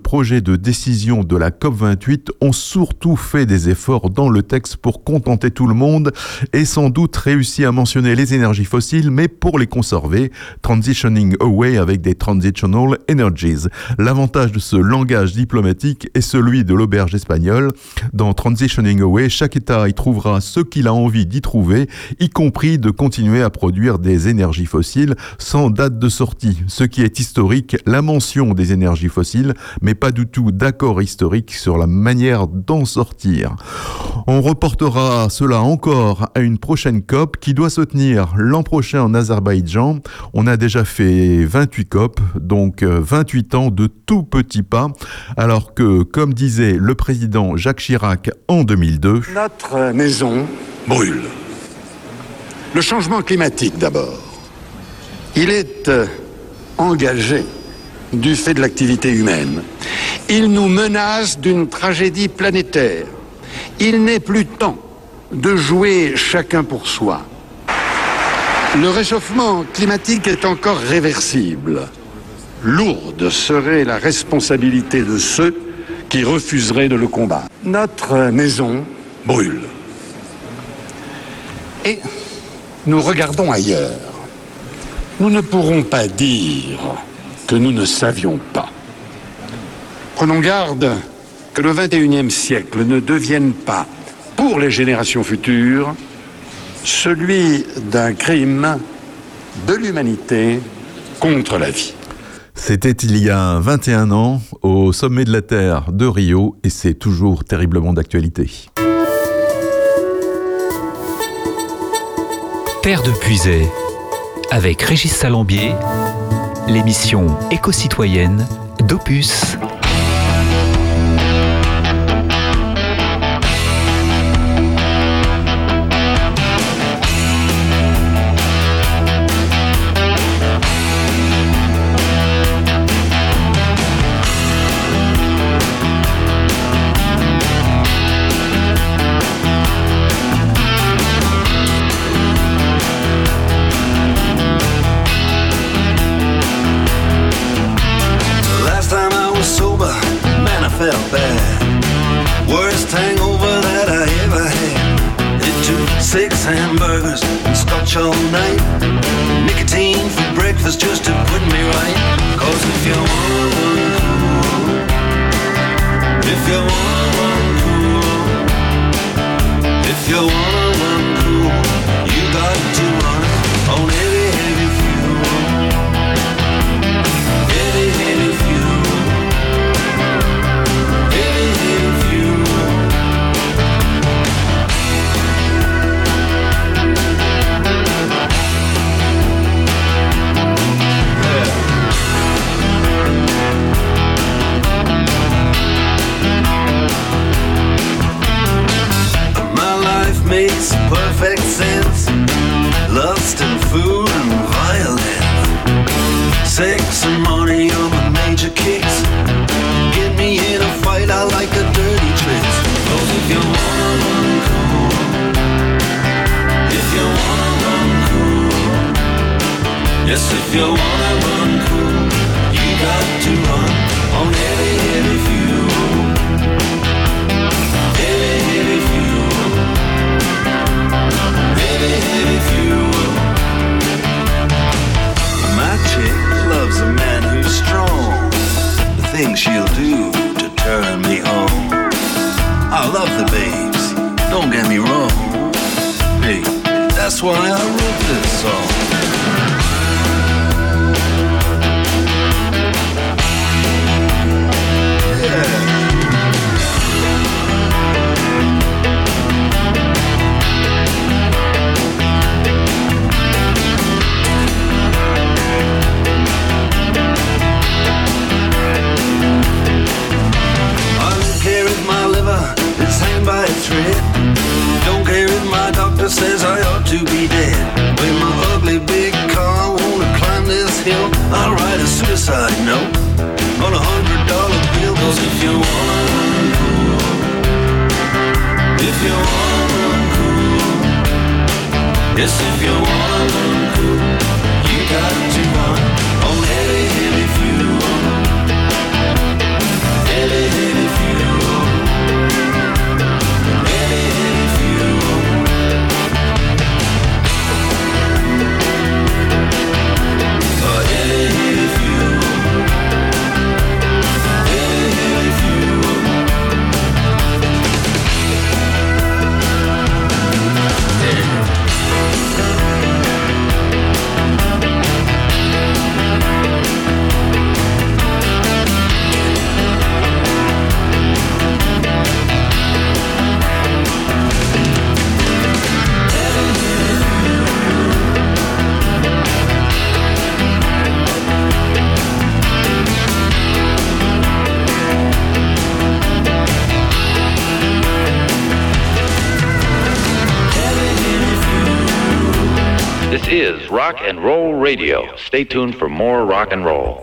Speaker 3: de décision de la COP28 ont surtout fait des efforts dans le texte pour contenter tout le monde et sans doute réussi à mentionner les énergies fossiles, mais pour les conserver, transitioning away avec des transitional energies. L'avantage de ce langage diplomatique est celui de l'auberge espagnole. Dans transitioning away, chaque État y trouvera ce qu'il a envie d'y trouver, y compris de continuer à produire des énergies fossiles sans date de sortie. Ce qui est historique, la mention des énergies fossiles, mais pas du tout d'accord historique sur la manière d'en sortir. On reportera cela encore à une prochaine COP qui doit se tenir l'an prochain en Azerbaïdjan. On a déjà fait 28 COP, donc 28 ans de tout petits pas, alors que, comme disait le président Jacques Chirac en 2002,
Speaker 12: notre maison brûle. Le changement climatique d'abord. Il est engagé du fait de l'activité humaine. Il nous menace d'une tragédie planétaire. Il n'est plus temps de jouer chacun pour soi. Le réchauffement climatique est encore réversible. Lourde serait la responsabilité de ceux qui refuseraient de le combattre. Notre maison brûle. Et nous regardons ailleurs. Nous ne pourrons pas dire que nous ne savions pas. Prenons garde que le XXIe siècle ne devienne pas, pour les générations futures, celui d'un crime de l'humanité contre la vie.
Speaker 3: C'était il y a 21 ans, au sommet de la Terre de Rio, et c'est toujours terriblement d'actualité.
Speaker 1: Terre de Puisay, avec Régis Salambier, l'émission éco-citoyenne d'Opus.
Speaker 5: Felt bad. Worst hangover that I ever had. It took 6 hamburgers and scotch all night. Nicotine for breakfast just to put me right. 'Cause if you want one cool, if you want one cool, if you want one cool, you got to run on heavy, heavy fuel. Heavy, heavy fuel. Makes perfect sense. Lust and food and violence. Sex and money are my major kicks. Get me in a fight, I like a dirty trick. 'Cause if you wanna run cool, if you wanna run cool, yes, if you wanna run cool, you got to run on heavy, heavy fuel. Heavy, heavy fuel. Heavy, heavy fuel. My chick loves a man who's strong. The things she'll do to turn me on. I love the babes, don't get me wrong. Hey, that's why I wrote this song. By a thread. Don't care if my doctor says I ought to be dead. With my ugly big
Speaker 13: is Rock and Roll Radio. Stay tuned for more rock and roll.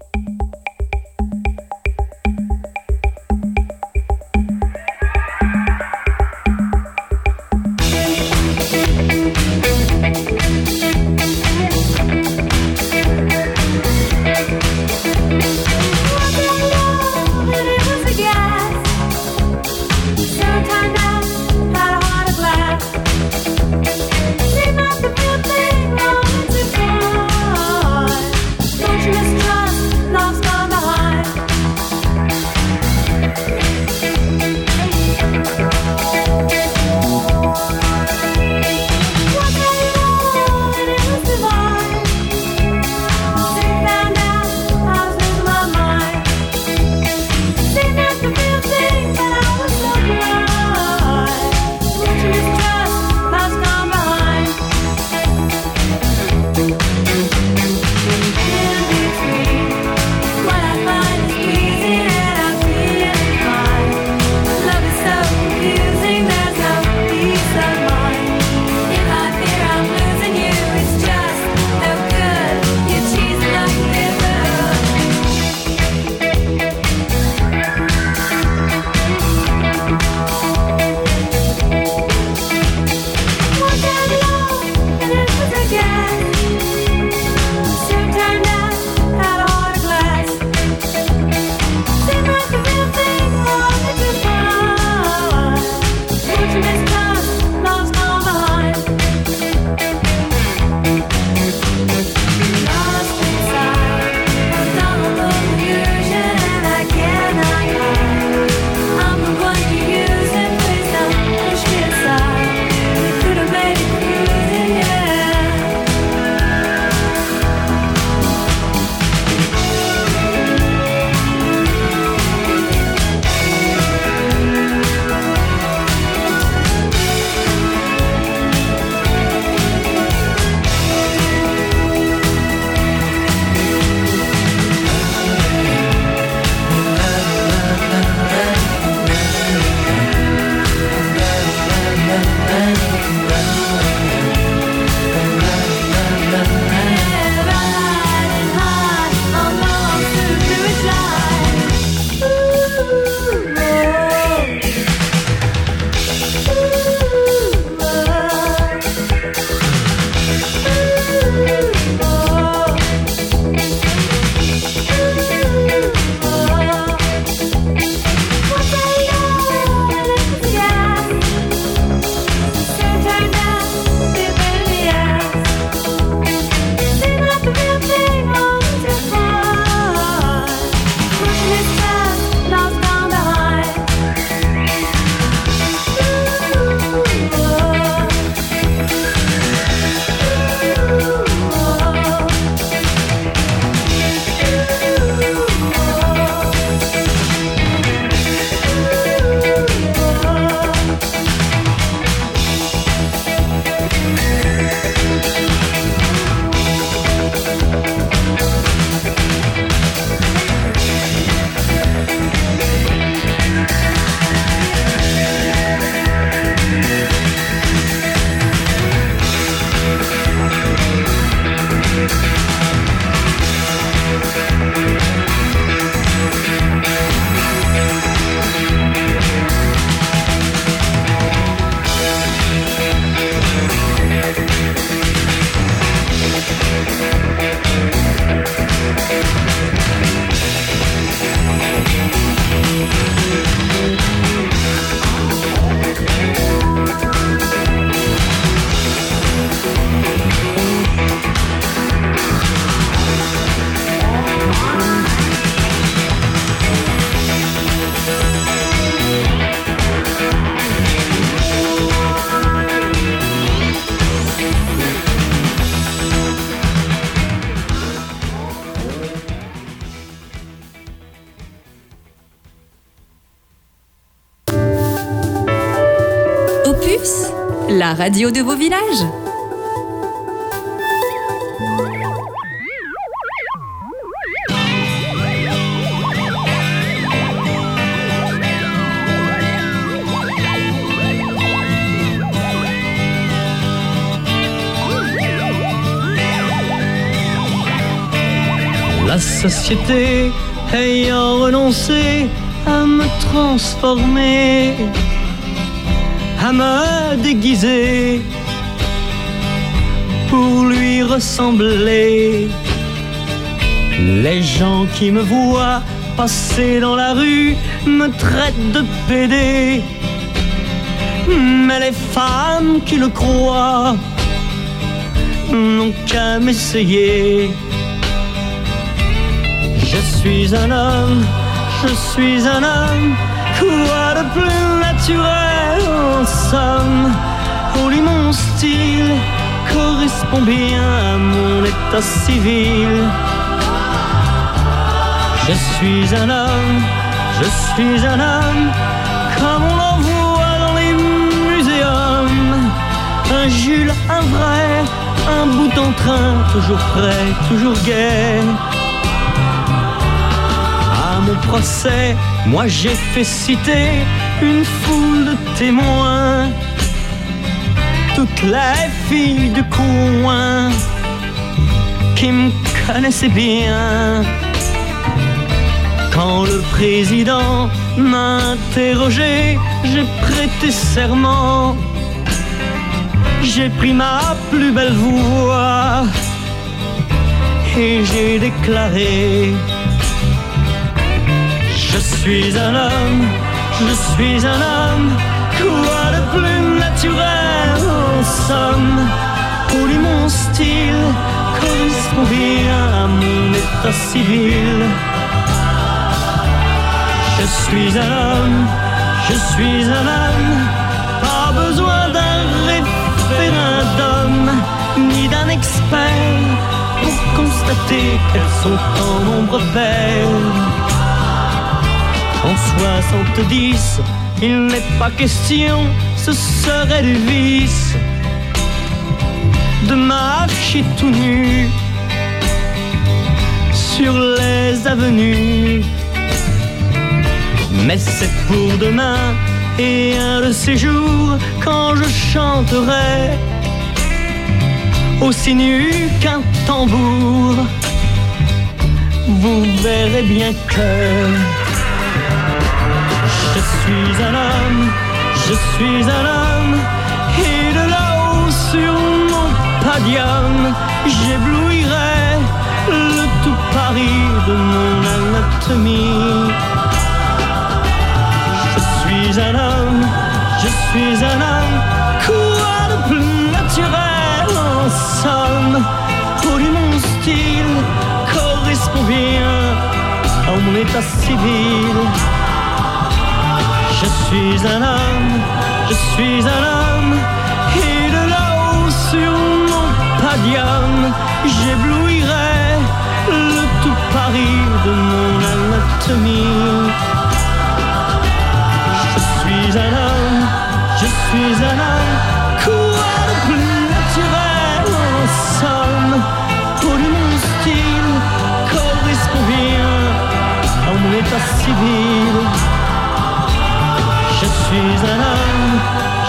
Speaker 10: La radio de vos villages.
Speaker 14: société ayant renoncé à me transformer, à me déguiser pour lui ressembler. Les gens qui me voient passer dans la rue me traitent de pédé, mais les femmes qui le croient n'ont qu'à m'essayer. Je suis un homme, quoi de plus naturel en somme. Oh, lui mon style correspond bien à mon état civil. Je suis un homme, comme on en voit dans les muséums. Un Jules, un vrai, un bout en train, toujours prêt, toujours gai. À mon procès, moi j'ai fait citer une foule de témoins, toutes les filles du coin qui me connaissaient bien. Quand le président m'a interrogé, j'ai prêté serment. J'ai pris ma plus belle voix et j'ai déclaré: je suis un homme, quoi de plus naturel en somme. Oh, lui mon style correspond bien à mon état civil. Je suis un homme, pas besoin d'un référendum ni d'un expert pour constater qu'elles sont en nombre pair. En 70, il n'est pas question, ce serait du vice de marcher tout nu sur les avenues. Mais c'est pour demain et un de ces jours quand je chanterai aussi nu qu'un tambour. Vous verrez bien que je suis un homme, et de là-haut sur mon podium, j'éblouirai le tout Paris de mon anatomie. Je suis un homme, quoi de plus naturel en somme. Oh, lui mon style correspond bien à mon état civil. Je suis un homme, et de là-haut sur mon podium, j'éblouirai le tout Paris de mon anatomie. Je suis un homme, quoi de plus naturel en somme. Oh, lui mon style correspond bien à mon état civil. Je suis un homme,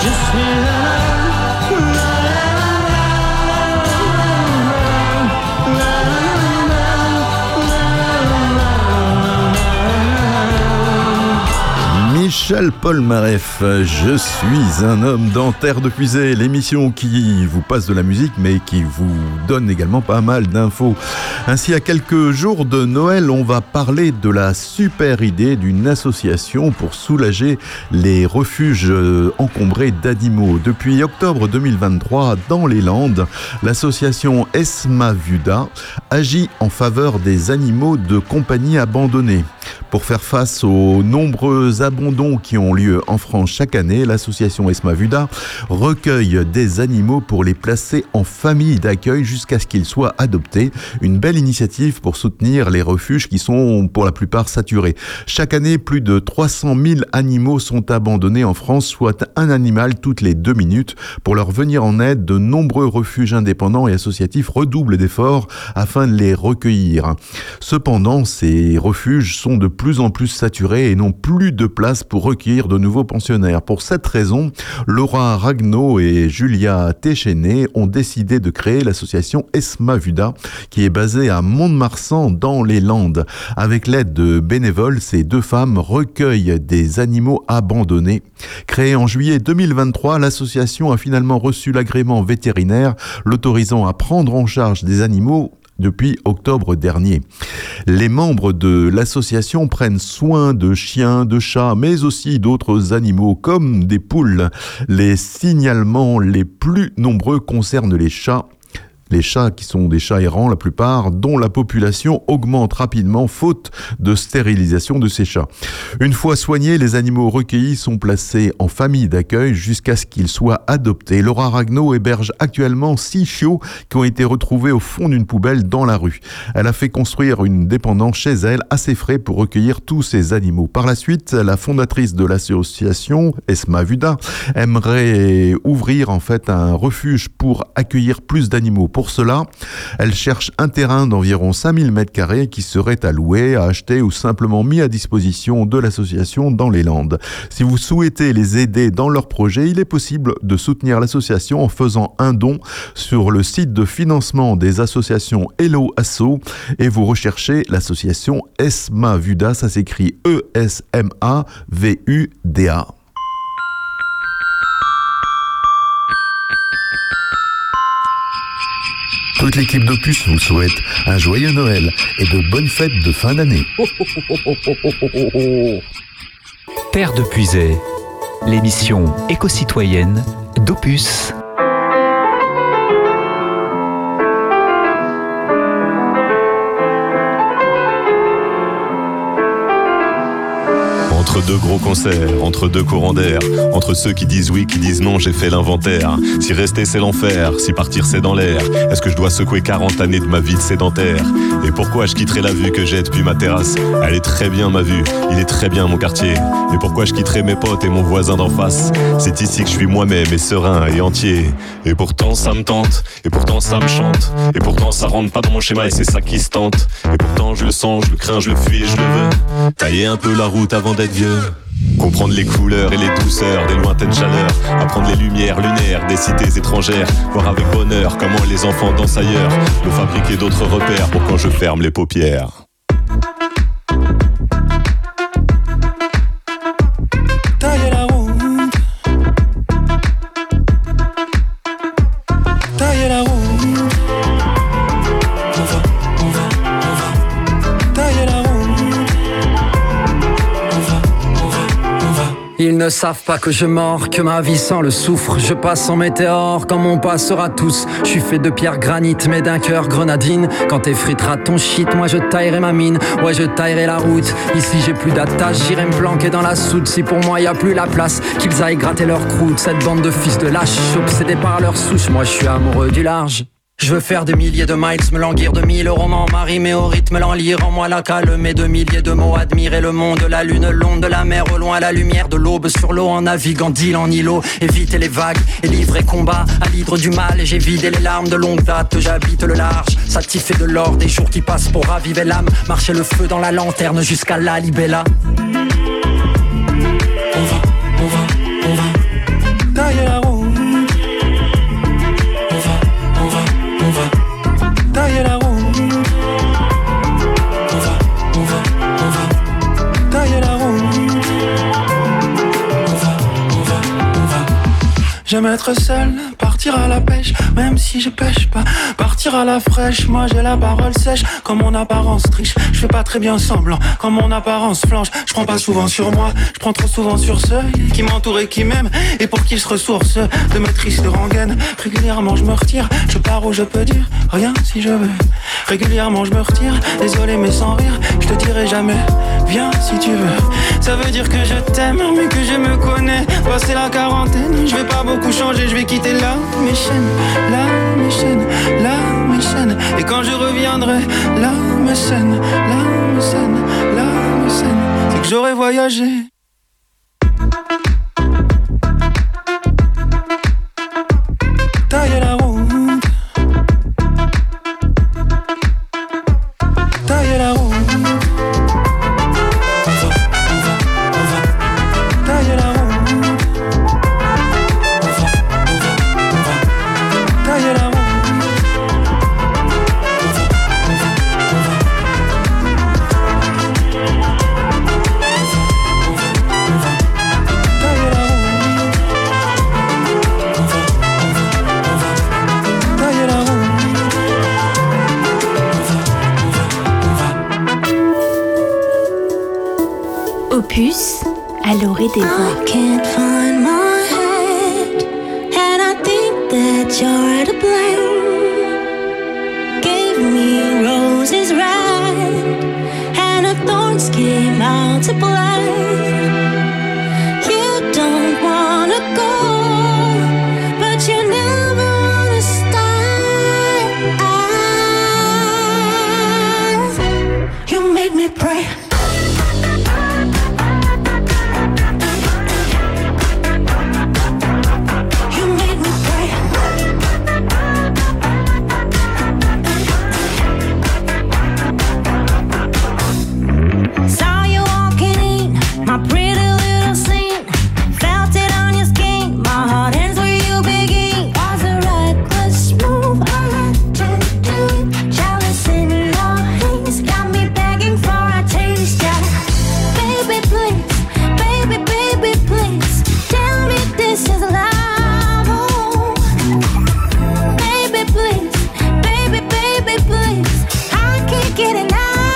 Speaker 3: Michel Polnareff, je suis un homme dans Terre de Puisée, l'émission qui vous passe de la musique mais qui vous donne également pas mal d'infos. Ainsi, à quelques jours de Noël, on va parler de la super idée d'une association pour soulager les refuges encombrés d'animaux. Depuis octobre 2023, dans les Landes, l'association Esmavuda agit en faveur des animaux de compagnie abandonnés. Pour faire face aux nombreux abandons qui ont lieu en France chaque année, l'association Esmavuda recueille des animaux pour les placer en famille d'accueil jusqu'à ce qu'ils soient adoptés. Une belle initiative pour soutenir les refuges qui sont pour la plupart saturés. Chaque année, plus de 300 000 animaux sont abandonnés en France, soit un animal toutes les 2 minutes. Pour leur venir en aide, de nombreux refuges indépendants et associatifs redoublent d'efforts afin de les recueillir. Cependant, ces refuges sont de plus en plus saturés et n'ont plus de place pour recueillir de nouveaux pensionnaires. Pour cette raison, Laura Ragnaud et Julia Téchéné ont décidé de créer l'association Esma Vuda, qui est basée à Mont-de-Marsan dans les Landes. Avec l'aide de bénévoles, ces deux femmes recueillent des animaux abandonnés. Créée en juillet 2023, l'association a finalement reçu l'agrément vétérinaire l'autorisant à prendre en charge des animaux depuis octobre dernier. Les membres de l'association prennent soin de chiens, de chats, mais aussi d'autres animaux comme des poules. Les signalements les plus nombreux concernent les chats. Les chats qui sont des chats errants, la plupart, dont la population augmente rapidement faute de stérilisation de ces chats. Une fois soignés, les animaux recueillis sont placés en famille d'accueil jusqu'à ce qu'ils soient adoptés. Laura Ragnaud héberge actuellement 6 chiots qui ont été retrouvés au fond d'une poubelle dans la rue. Elle a fait construire une dépendance chez elle à ses frais pour recueillir tous ces animaux. Par la suite, la fondatrice de l'association, Esma Vuda, aimerait ouvrir en fait un refuge pour accueillir plus d'animaux. Pour cela, elle cherche un terrain d'environ 5000 m² qui serait à louer, à acheter ou simplement mis à disposition de l'association dans les Landes. Si vous souhaitez les aider dans leur projet, il est possible de soutenir l'association en faisant un don sur le site de financement des associations Hello Asso et vous recherchez l'association Esma Vuda, ça s'écrit ESMAVUDA.
Speaker 15: Toute l'équipe d'Opus vous souhaite un joyeux Noël et de bonnes fêtes de fin d'année.
Speaker 1: Terre de Puisay, l'émission éco-citoyenne d'Opus.
Speaker 16: Entre deux gros concerts, entre deux courants d'air, entre ceux qui disent oui, qui disent non, j'ai fait l'inventaire. Si rester c'est l'enfer, si partir c'est dans l'air, est-ce que je dois secouer 40 années de ma vie de sédentaire? Et pourquoi je quitterai la vue que j'ai depuis ma terrasse? Elle est très bien ma vue, il est très bien mon quartier. Et pourquoi je quitterai mes potes et mon voisin d'en face? C'est ici que je suis moi-même et serein et entier. Et pourtant ça me tente, et pourtant ça me chante, et pourtant ça rentre pas dans mon schéma et c'est ça qui se tente. Et pourtant je le sens, je le crains, je le fuis et je le veux. Tailler un peu la route avant d'être vieux. Comprendre les couleurs et les douceurs des lointaines chaleurs, apprendre les lumières lunaires des cités étrangères, voir avec bonheur comment les enfants dansent ailleurs, me fabriquer d'autres repères pour quand je ferme les paupières.
Speaker 5: Tailler la route, tailler la route. On va, tailler la route.
Speaker 17: Ils ne savent pas que je mords, que ma vie sans le souffre. Je passe en météore comme on passera tous. Je suis fait de pierre granit mais d'un cœur grenadine. Quand t'effriteras ton shit, moi je taillerai ma mine. Ouais, je taillerai la route. Ici j'ai plus d'attache, j'irai me planquer dans la soude. Si pour moi y a plus la place, qu'ils aillent gratter leur croûte. Cette bande de fils de lâches, obsédés par leur souche. Moi je suis amoureux du large. Je veux faire des milliers de miles, me languir de 1000 romans, m'arrimer au rythme, l'enlire en moi la calme et de milliers de mots, admirer le monde, la lune, l'onde de la mer, au loin la lumière de l'aube sur l'eau, en naviguant d'île en îlot, éviter les vagues et livrer combat à l'hydre du mal, et j'ai vidé les larmes de longue date, j'habite le large, satisfait de l'or, des jours qui passent pour raviver l'âme, marcher le feu dans la lanterne jusqu'à la libella.
Speaker 5: On va tailler la route. Tailler la route. On va tailler la route. On va. J'aime être seul, partir à la pêche, même si je pêche pas. Partir à la fraîche, moi j'ai la parole sèche. Quand mon apparence triche, je fais pas très bien semblant. Quand mon apparence flanche, je prends pas souvent sur moi. Je prends trop souvent sur ceux qui m'entourent et qui m'aiment, et pour qui je ressource de mes tristes rengaines. Régulièrement je me retire, je pars où je peux dire rien si je veux. Régulièrement je me retire, désolé mais sans rire. Je te dirai jamais, viens si tu veux. Ça veut dire que je t'aime, mais que je me connais. Passé la quarantaine, je vais pas beaucoup changer. Je vais quitter là mes chaînes, là mes chaînes, là mes chaînes. Et quand je reviendrai, là mes scènes, là mes scènes, là mes scènes, c'est que j'aurais voyagé. Tailler la route. Tailler la route. On va
Speaker 6: Opus à l'orée des voix.
Speaker 2: I can't find my head, and I think that you're to blame. Gave me roses red, and her thorns came out to play. You don't wanna go, but you never wanna stay. You made me pray. Saw you walking in, my pretty little scene. Felt it on your skin, my heart ends where you begin. Was a reckless move, I had to do it. Jealous in your hands, got me begging for a taste. Yeah. Baby, please, baby, please, tell me this is love. Oh. Baby, please, baby, please, I can't get enough.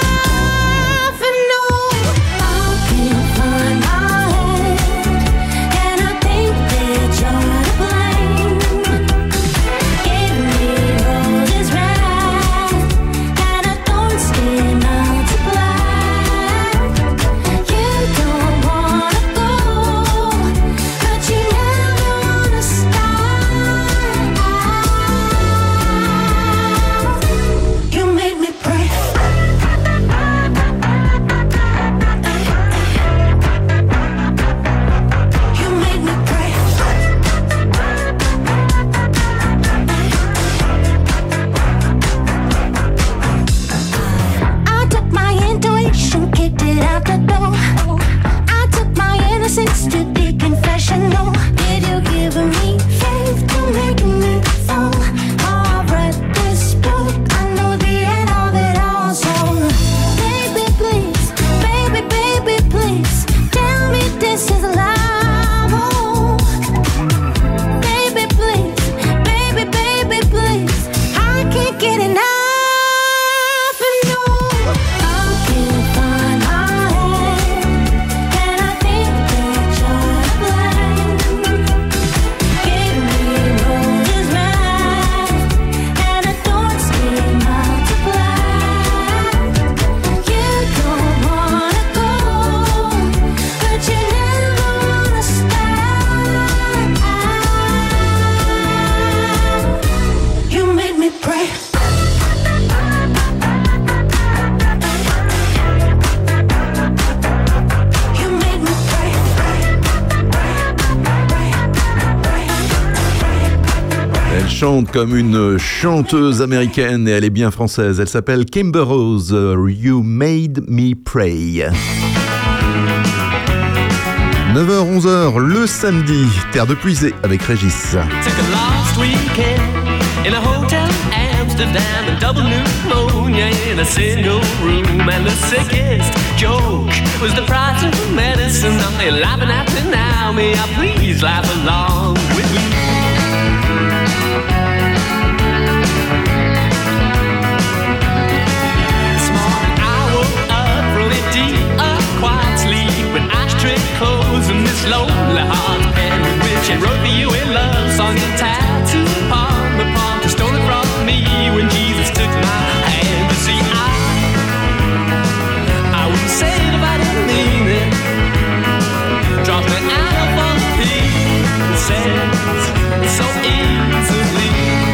Speaker 3: Chante comme une chanteuse américaine et elle est bien française. Elle s'appelle Kimber Rose. You Made Me Pray. 9h-11h le samedi, Terre de Puisée avec Régis.
Speaker 18: Took a last weekend in a hotel in Amsterdam and double pneumonia in a single room, and the sickest joke was the price of the medicine. They're laughing at me now, may I please laugh along with me? Clothes and this lonely heart pen which I wrote for you in love song and tattoo upon the palm to stole it from me when Jesus took my hand. You see, I wouldn't say it if I didn't mean it. Dropped me out of all the pieces so easily.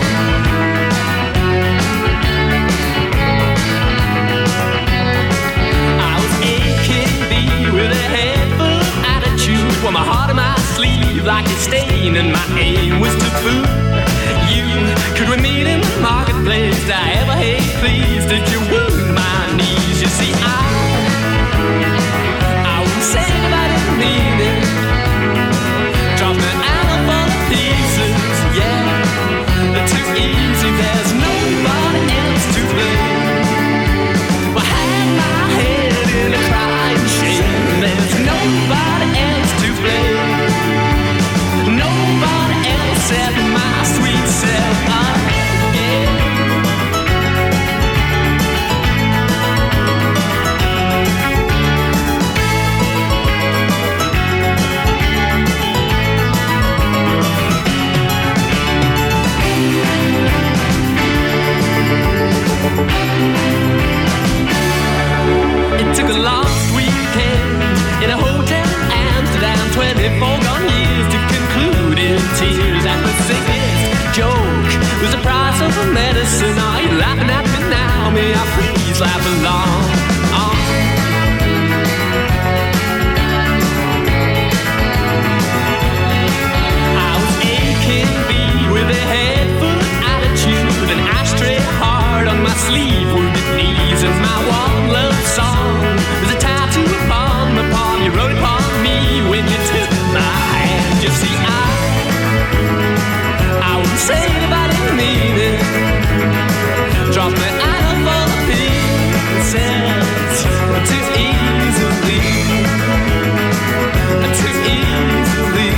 Speaker 18: I was AKB with a head full of attitude, wore my heart on my sleeve like a stain, and my aim was to fool you. Could we meet in the marketplace? Did I ever hate please? Did you wound my knees? You see, I wouldn't say that I didn't mean it. Drop me out of all the pieces, yeah. Too easy, there's nobody else to blame. Well, I had my head in a crying shame. There's nobody else to blame. Nobody else except my sweet self. Yeah. many foregone years to conclude in tears. And the sickest joke was the price of the medicine. Are you laughing at me now? May I please laugh along? With a head full of attitude, an ashtray hard on my sleeve, wounded knees, and my one love song was a tattoo upon my palm. You wrote upon me when you took my hand. You see, I wouldn't say it if I didn't mean it. Drop me out of all the pieces too easily, too easily.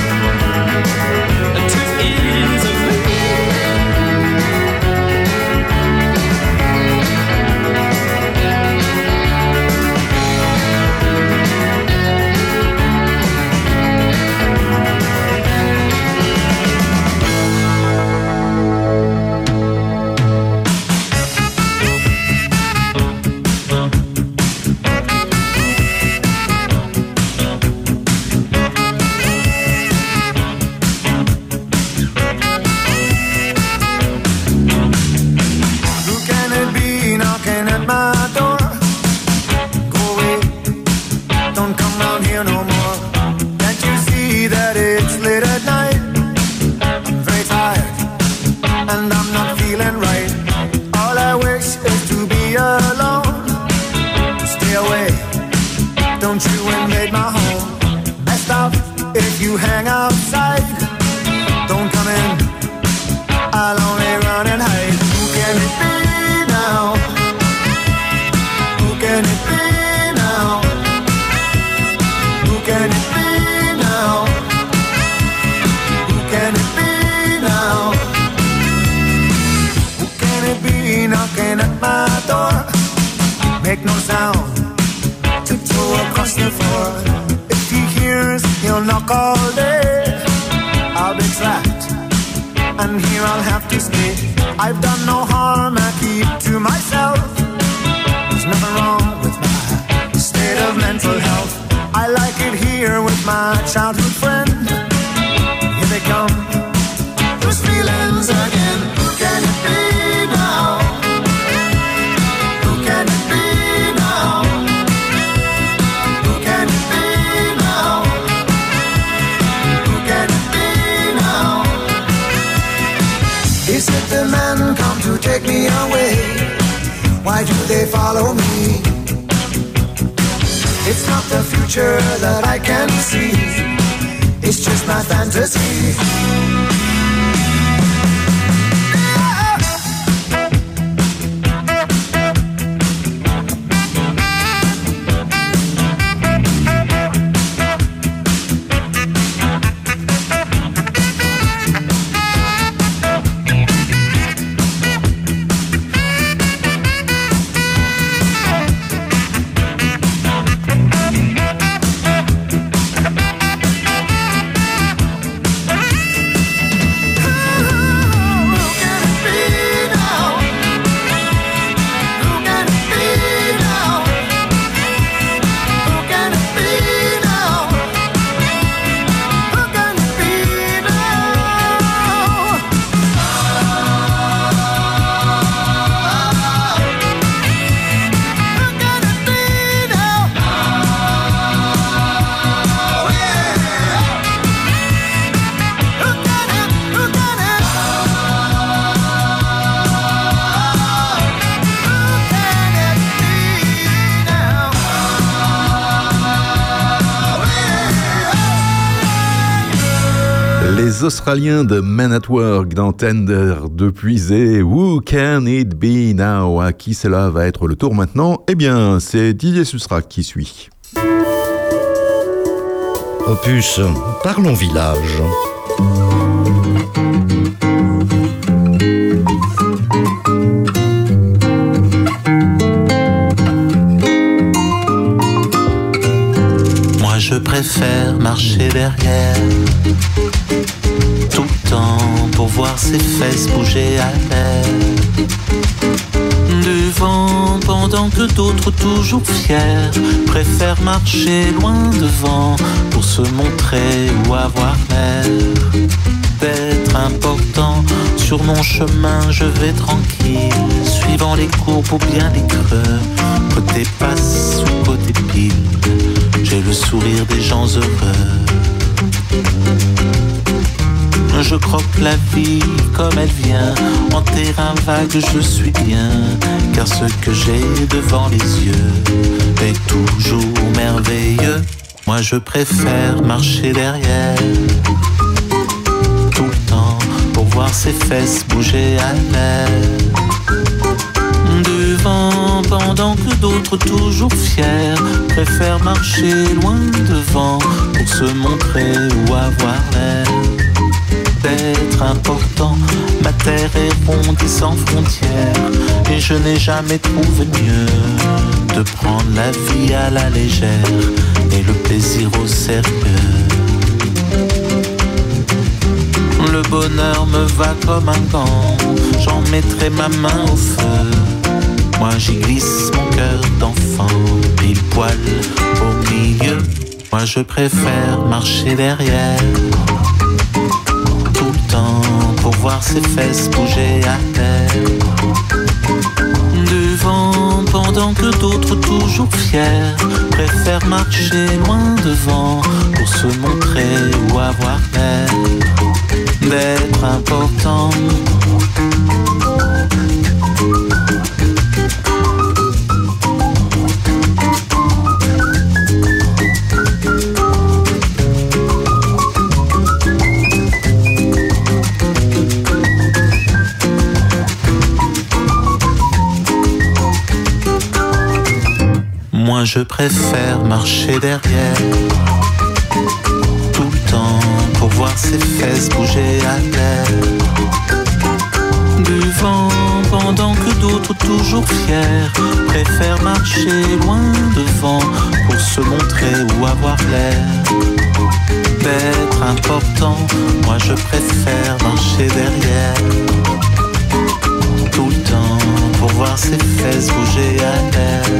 Speaker 3: Les Australiens de Men at Work dans Tender de puiser Who Can It Be Now? À qui cela va être le tour maintenant? Eh bien, c'est Didier Sussra qui suit.
Speaker 7: Opus, parlons village.
Speaker 19: Moi je préfère marcher derrière tout le temps pour voir ses fesses bouger à l'air. Devant, pendant que d'autres toujours fiers préfèrent marcher loin devant pour se montrer ou avoir l'air d'être important. Sur mon chemin je vais tranquille, suivant les courbes ou bien les creux, côté passe ou côté pile, j'ai le sourire des gens heureux. Je croque la vie comme elle vient, en terrain vague je suis bien, car ce que j'ai devant les yeux est toujours merveilleux. Moi je préfère marcher derrière, tout le temps, pour voir ses fesses bouger à l'air. Devant, pendant que d'autres toujours fiers préfèrent marcher loin devant pour se montrer ou avoir l'air d'être important. Ma terre est ronde et sans frontières, et je n'ai jamais trouvé mieux de prendre la vie à la légère et le plaisir au sérieux. Le bonheur me va comme un gant, j'en mettrai ma main au feu. Moi j'y glisse mon cœur d'enfant, pile poil au milieu. Moi je préfère marcher derrière, tout le temps, pour voir ses fesses bouger à terre. Devant, pendant que d'autres toujours fiers préfèrent marcher loin devant pour se montrer ou avoir l'air d'être important. Moi je préfère marcher derrière, tout le temps, pour voir ses fesses bouger à l'air. Devant, pendant que d'autres toujours fiers préfèrent marcher loin devant pour se montrer ou avoir l'air d'être important. Moi je préfère marcher derrière, tout le temps, pour voir ses fesses bouger à l'air.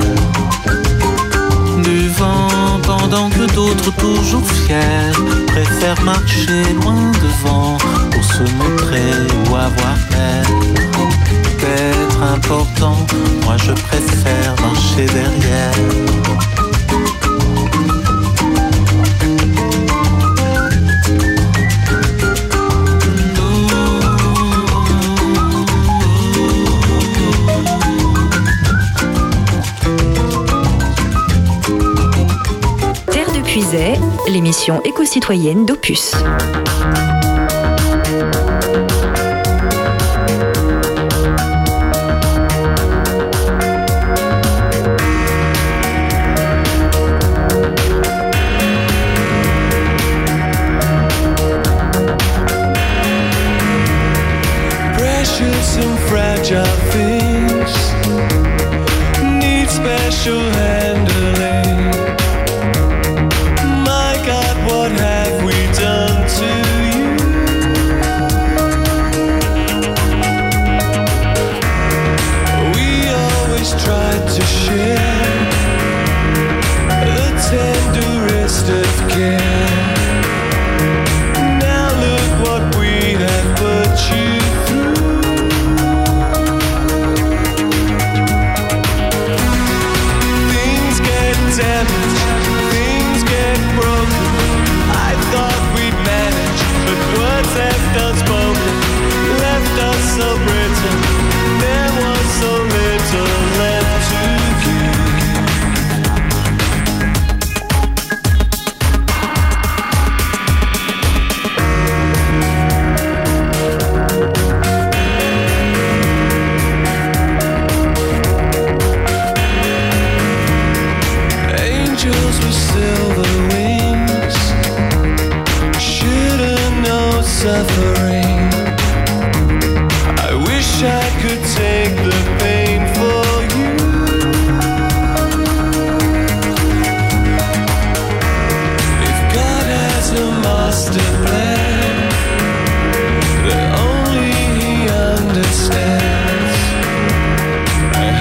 Speaker 19: Devant, pendant que d'autres toujours fiers préfèrent marcher loin devant pour se montrer ou avoir l'air d'être important. Moi je préfère marcher derrière.
Speaker 10: L'émission éco-citoyenne d'Opus.
Speaker 5: Precious and fragile things need special handling. What have we done to you? We always tried to share the tenderest of care. Now look what we have put you through. Things get damaged, things get broken. I thought we'd manage, but words left unspoken left us so brittle. There was so little left to give. Angels with silver wings should've known suffering. I wish I could take the pain for you. If God has a master plan that only He understands, I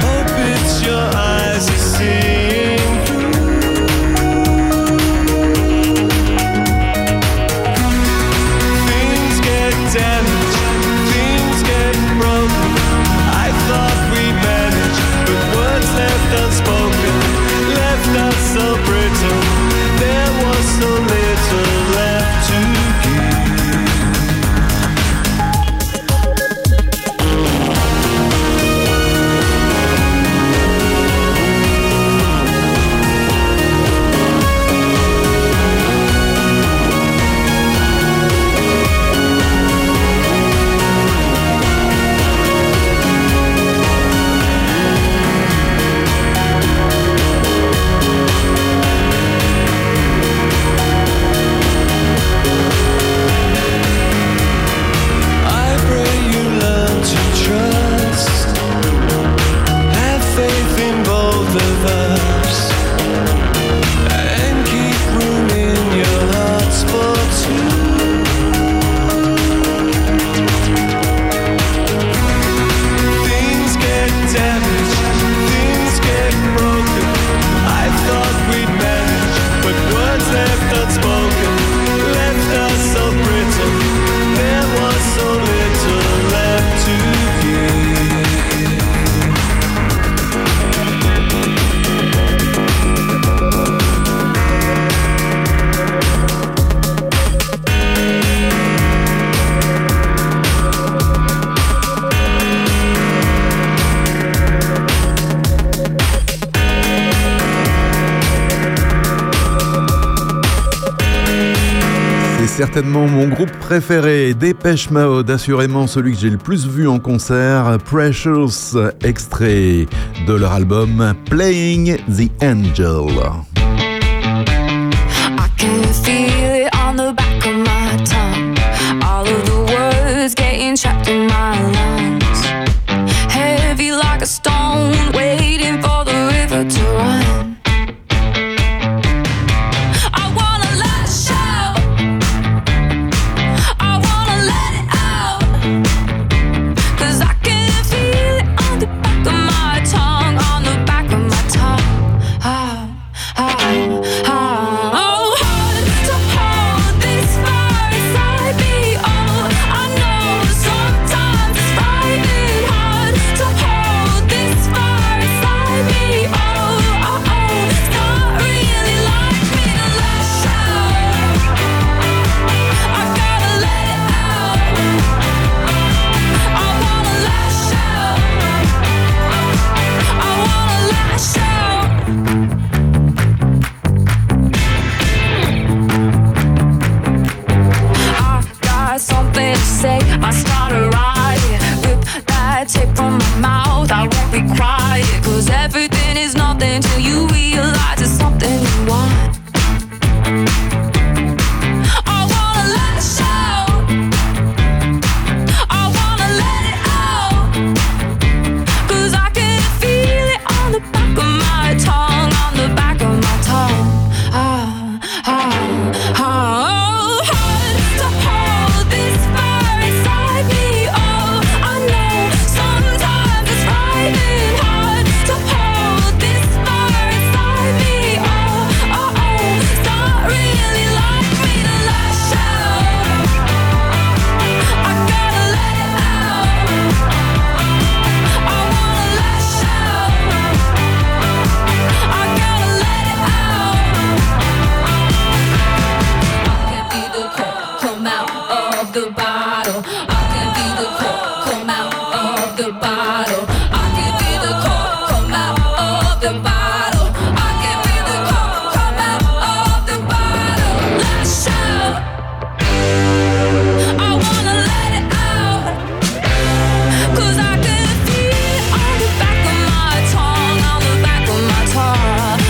Speaker 3: certainement mon groupe préféré, Depeche Mode, assurément celui que j'ai le plus vu en concert, Precious, extrait de leur album Playing the Angel.
Speaker 2: I can feel it on the back of my tongue. All of the words getting trapped in my lungs. Heavy like a stone, waiting for the river to run. I wanna lash out. I wanna let it out. 'Cause I can feel it on the back of my tongue. On the back of my tongue. Oh, hard to hold this fire inside me. Oh, I know sometimes it's frightening. Hard to hold this fire inside me. Oh, it's not really like me to lash out. I gotta let it out. I wanna lash out. I wanna lash out. I got something to say. I start a riot. Rip that tape from my mouth. I won't be quiet. 'Cause everything is nothing till you realize it's something you want. I wanna lash out. I wanna let it out. 'Cause I can feel it on the back of my tongue. On the back of my tongue. Hard to hold this fire inside me. Oh, I know sometimes it's frightening. Hard to hold this fire inside me. Oh, it's not really like me to lash out. I gotta let it out. I wanna lash out. I gotta let it out. I can be the cork come out of the bottle. I can be the cork come out of the bottle. I can be the cork come out of the bottle. I can be the cork come out of the bottle. Lash out. I wanna let it out. 'Cause I can feel it on the back of my tongue. On the back of my tongue.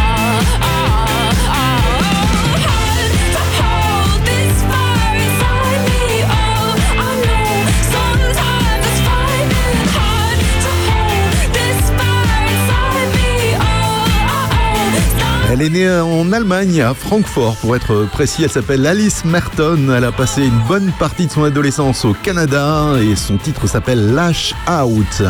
Speaker 2: Hard to hold this fire inside me. Oh, I know sometimes it's frightening. Hard to hold this fire inside me. It's not.
Speaker 3: Elle est née en Allemagne, à Francfort pour être précis. Elle s'appelle Alice Merton. Elle a passé une bonne partie de son adolescence au Canada et son titre s'appelle Lash Out.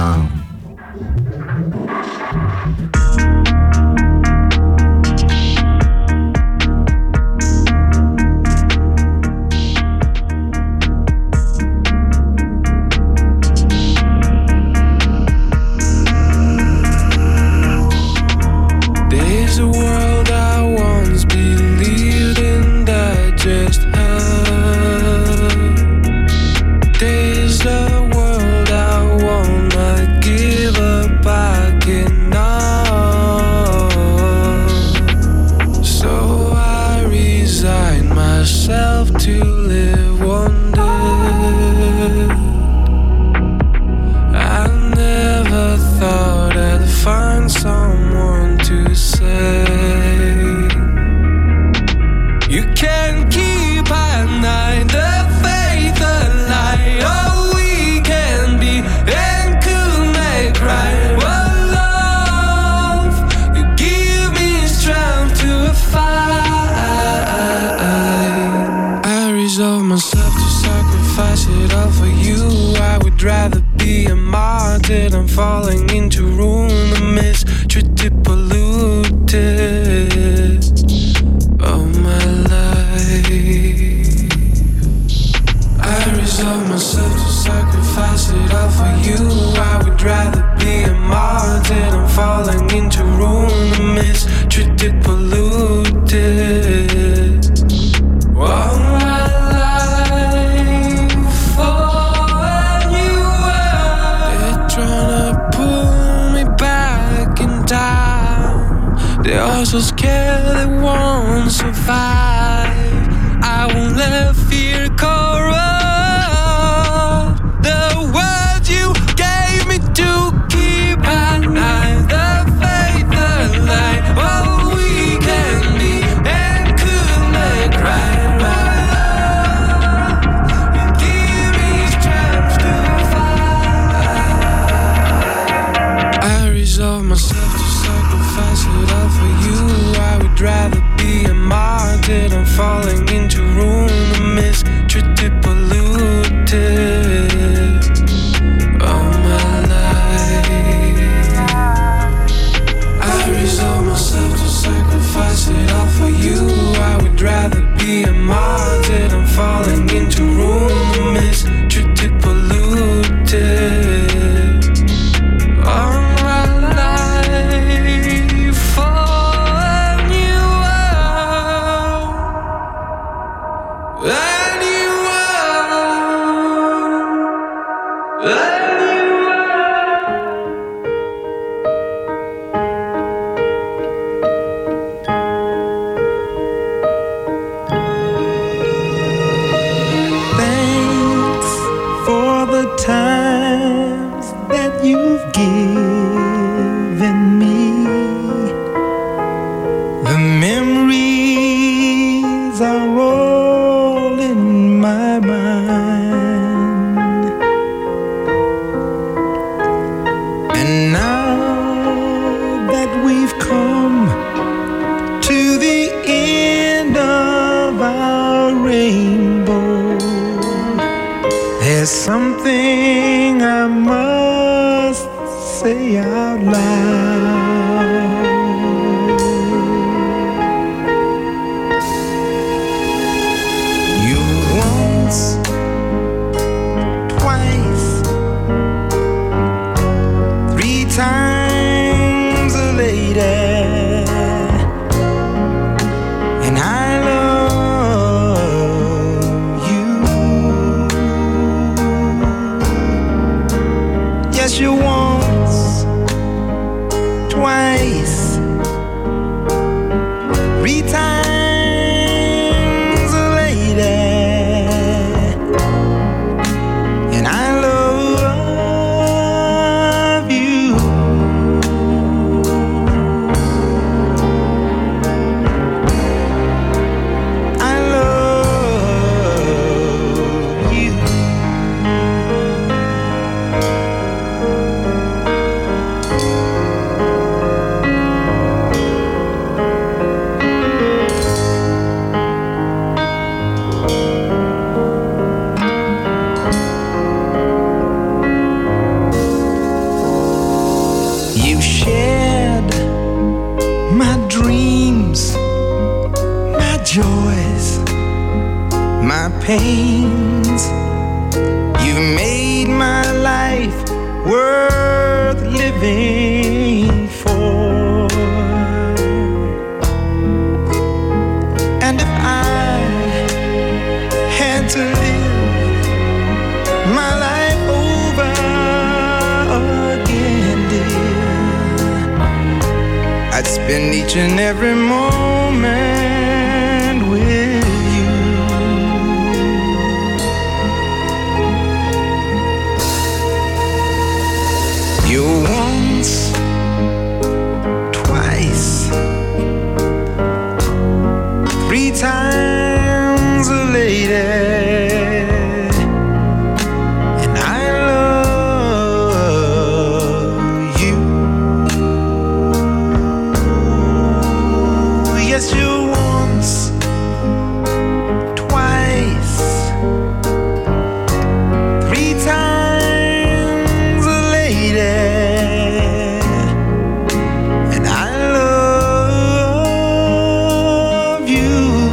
Speaker 5: There's a world I once believed in that just hurt. There's a world I wanna give up, I cannot. So I resign myself to live wondered. I never thought I'd find someone to say you can keep at night the faith alive. Oh, we can be and could make right. Well, love, you give me strength to fight. I resolve myself to sacrifice it all for you. I would rather be a martyr than falling into ruin amidst treated polluted of my life. I resolve myself to sacrifice it all for you. I would rather be a martyr than falling into ruin amidst treated polluted all my life for a new world. They're trying to pull me back in time. They're all so scared they won't survive. I won't let given me. The memories are all in my mind. And now that we've come to the end of our rainbow, there's something I must say out loud. You once, twice, 3 times a lady, and I love you. Yes, you once, twice, 3 times a lady, and I love you. I love you. You shared my dreams, my joys, my pains. You've made my life worth living for. And if I had to live my life over again, dear, I'd spend each and every moment with you. You once, twice, 3 times a lady, and I love you. Yes, you once, twice, 3 times a lady, and I love you.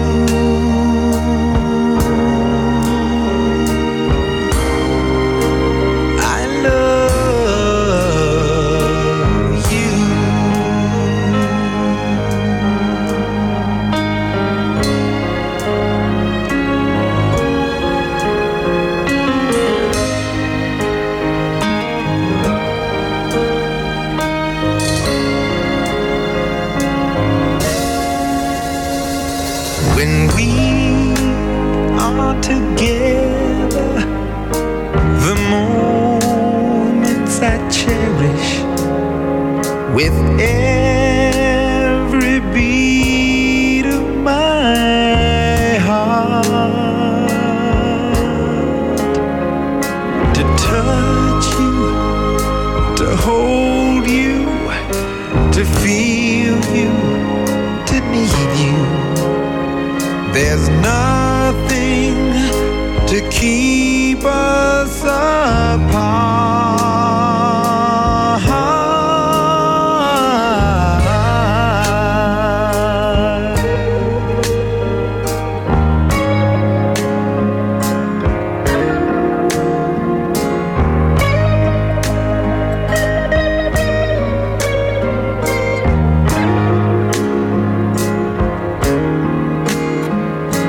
Speaker 5: I love you. When we are together, the moments I cherish with every beat of my heart. To touch you, to hold you, to feel you, to need you. There's nothing to keep us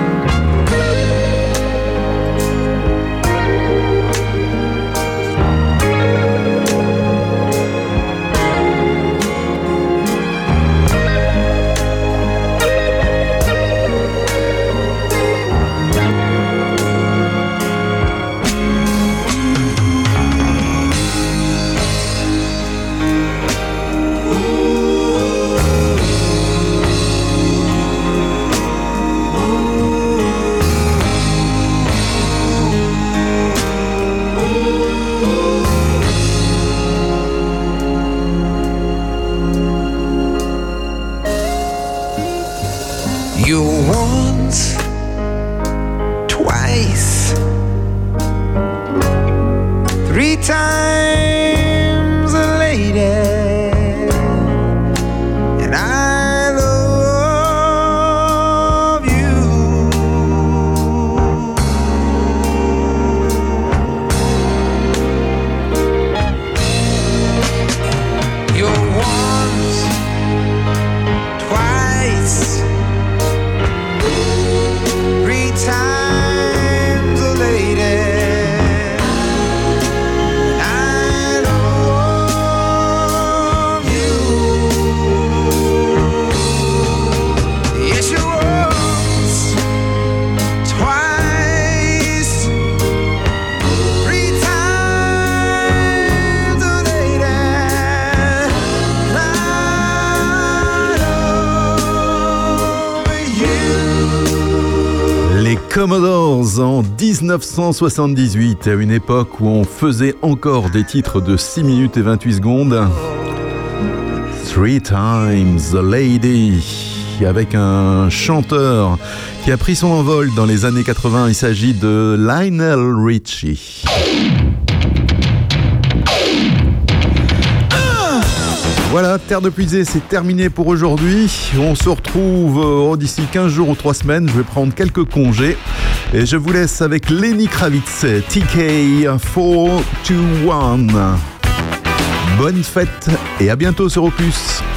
Speaker 5: apart. once, twice, 3 times a lady, and I love you. You're once, twice, 3 times a lady.
Speaker 3: Les Commodores en 1978, à une époque où on faisait encore des titres de 6 minutes et 28 secondes. 3 Times a Lady, avec un chanteur qui a pris son envol dans les années 80. Il s'agit de Lionel Richie. Voilà, Terre de Puisée, c'est terminé pour aujourd'hui. On se retrouve d'ici 15 jours ou 3 semaines. Je vais prendre quelques congés. Et je vous laisse avec Lenny Kravitz, TK421. Bonne fête et à bientôt sur Opus.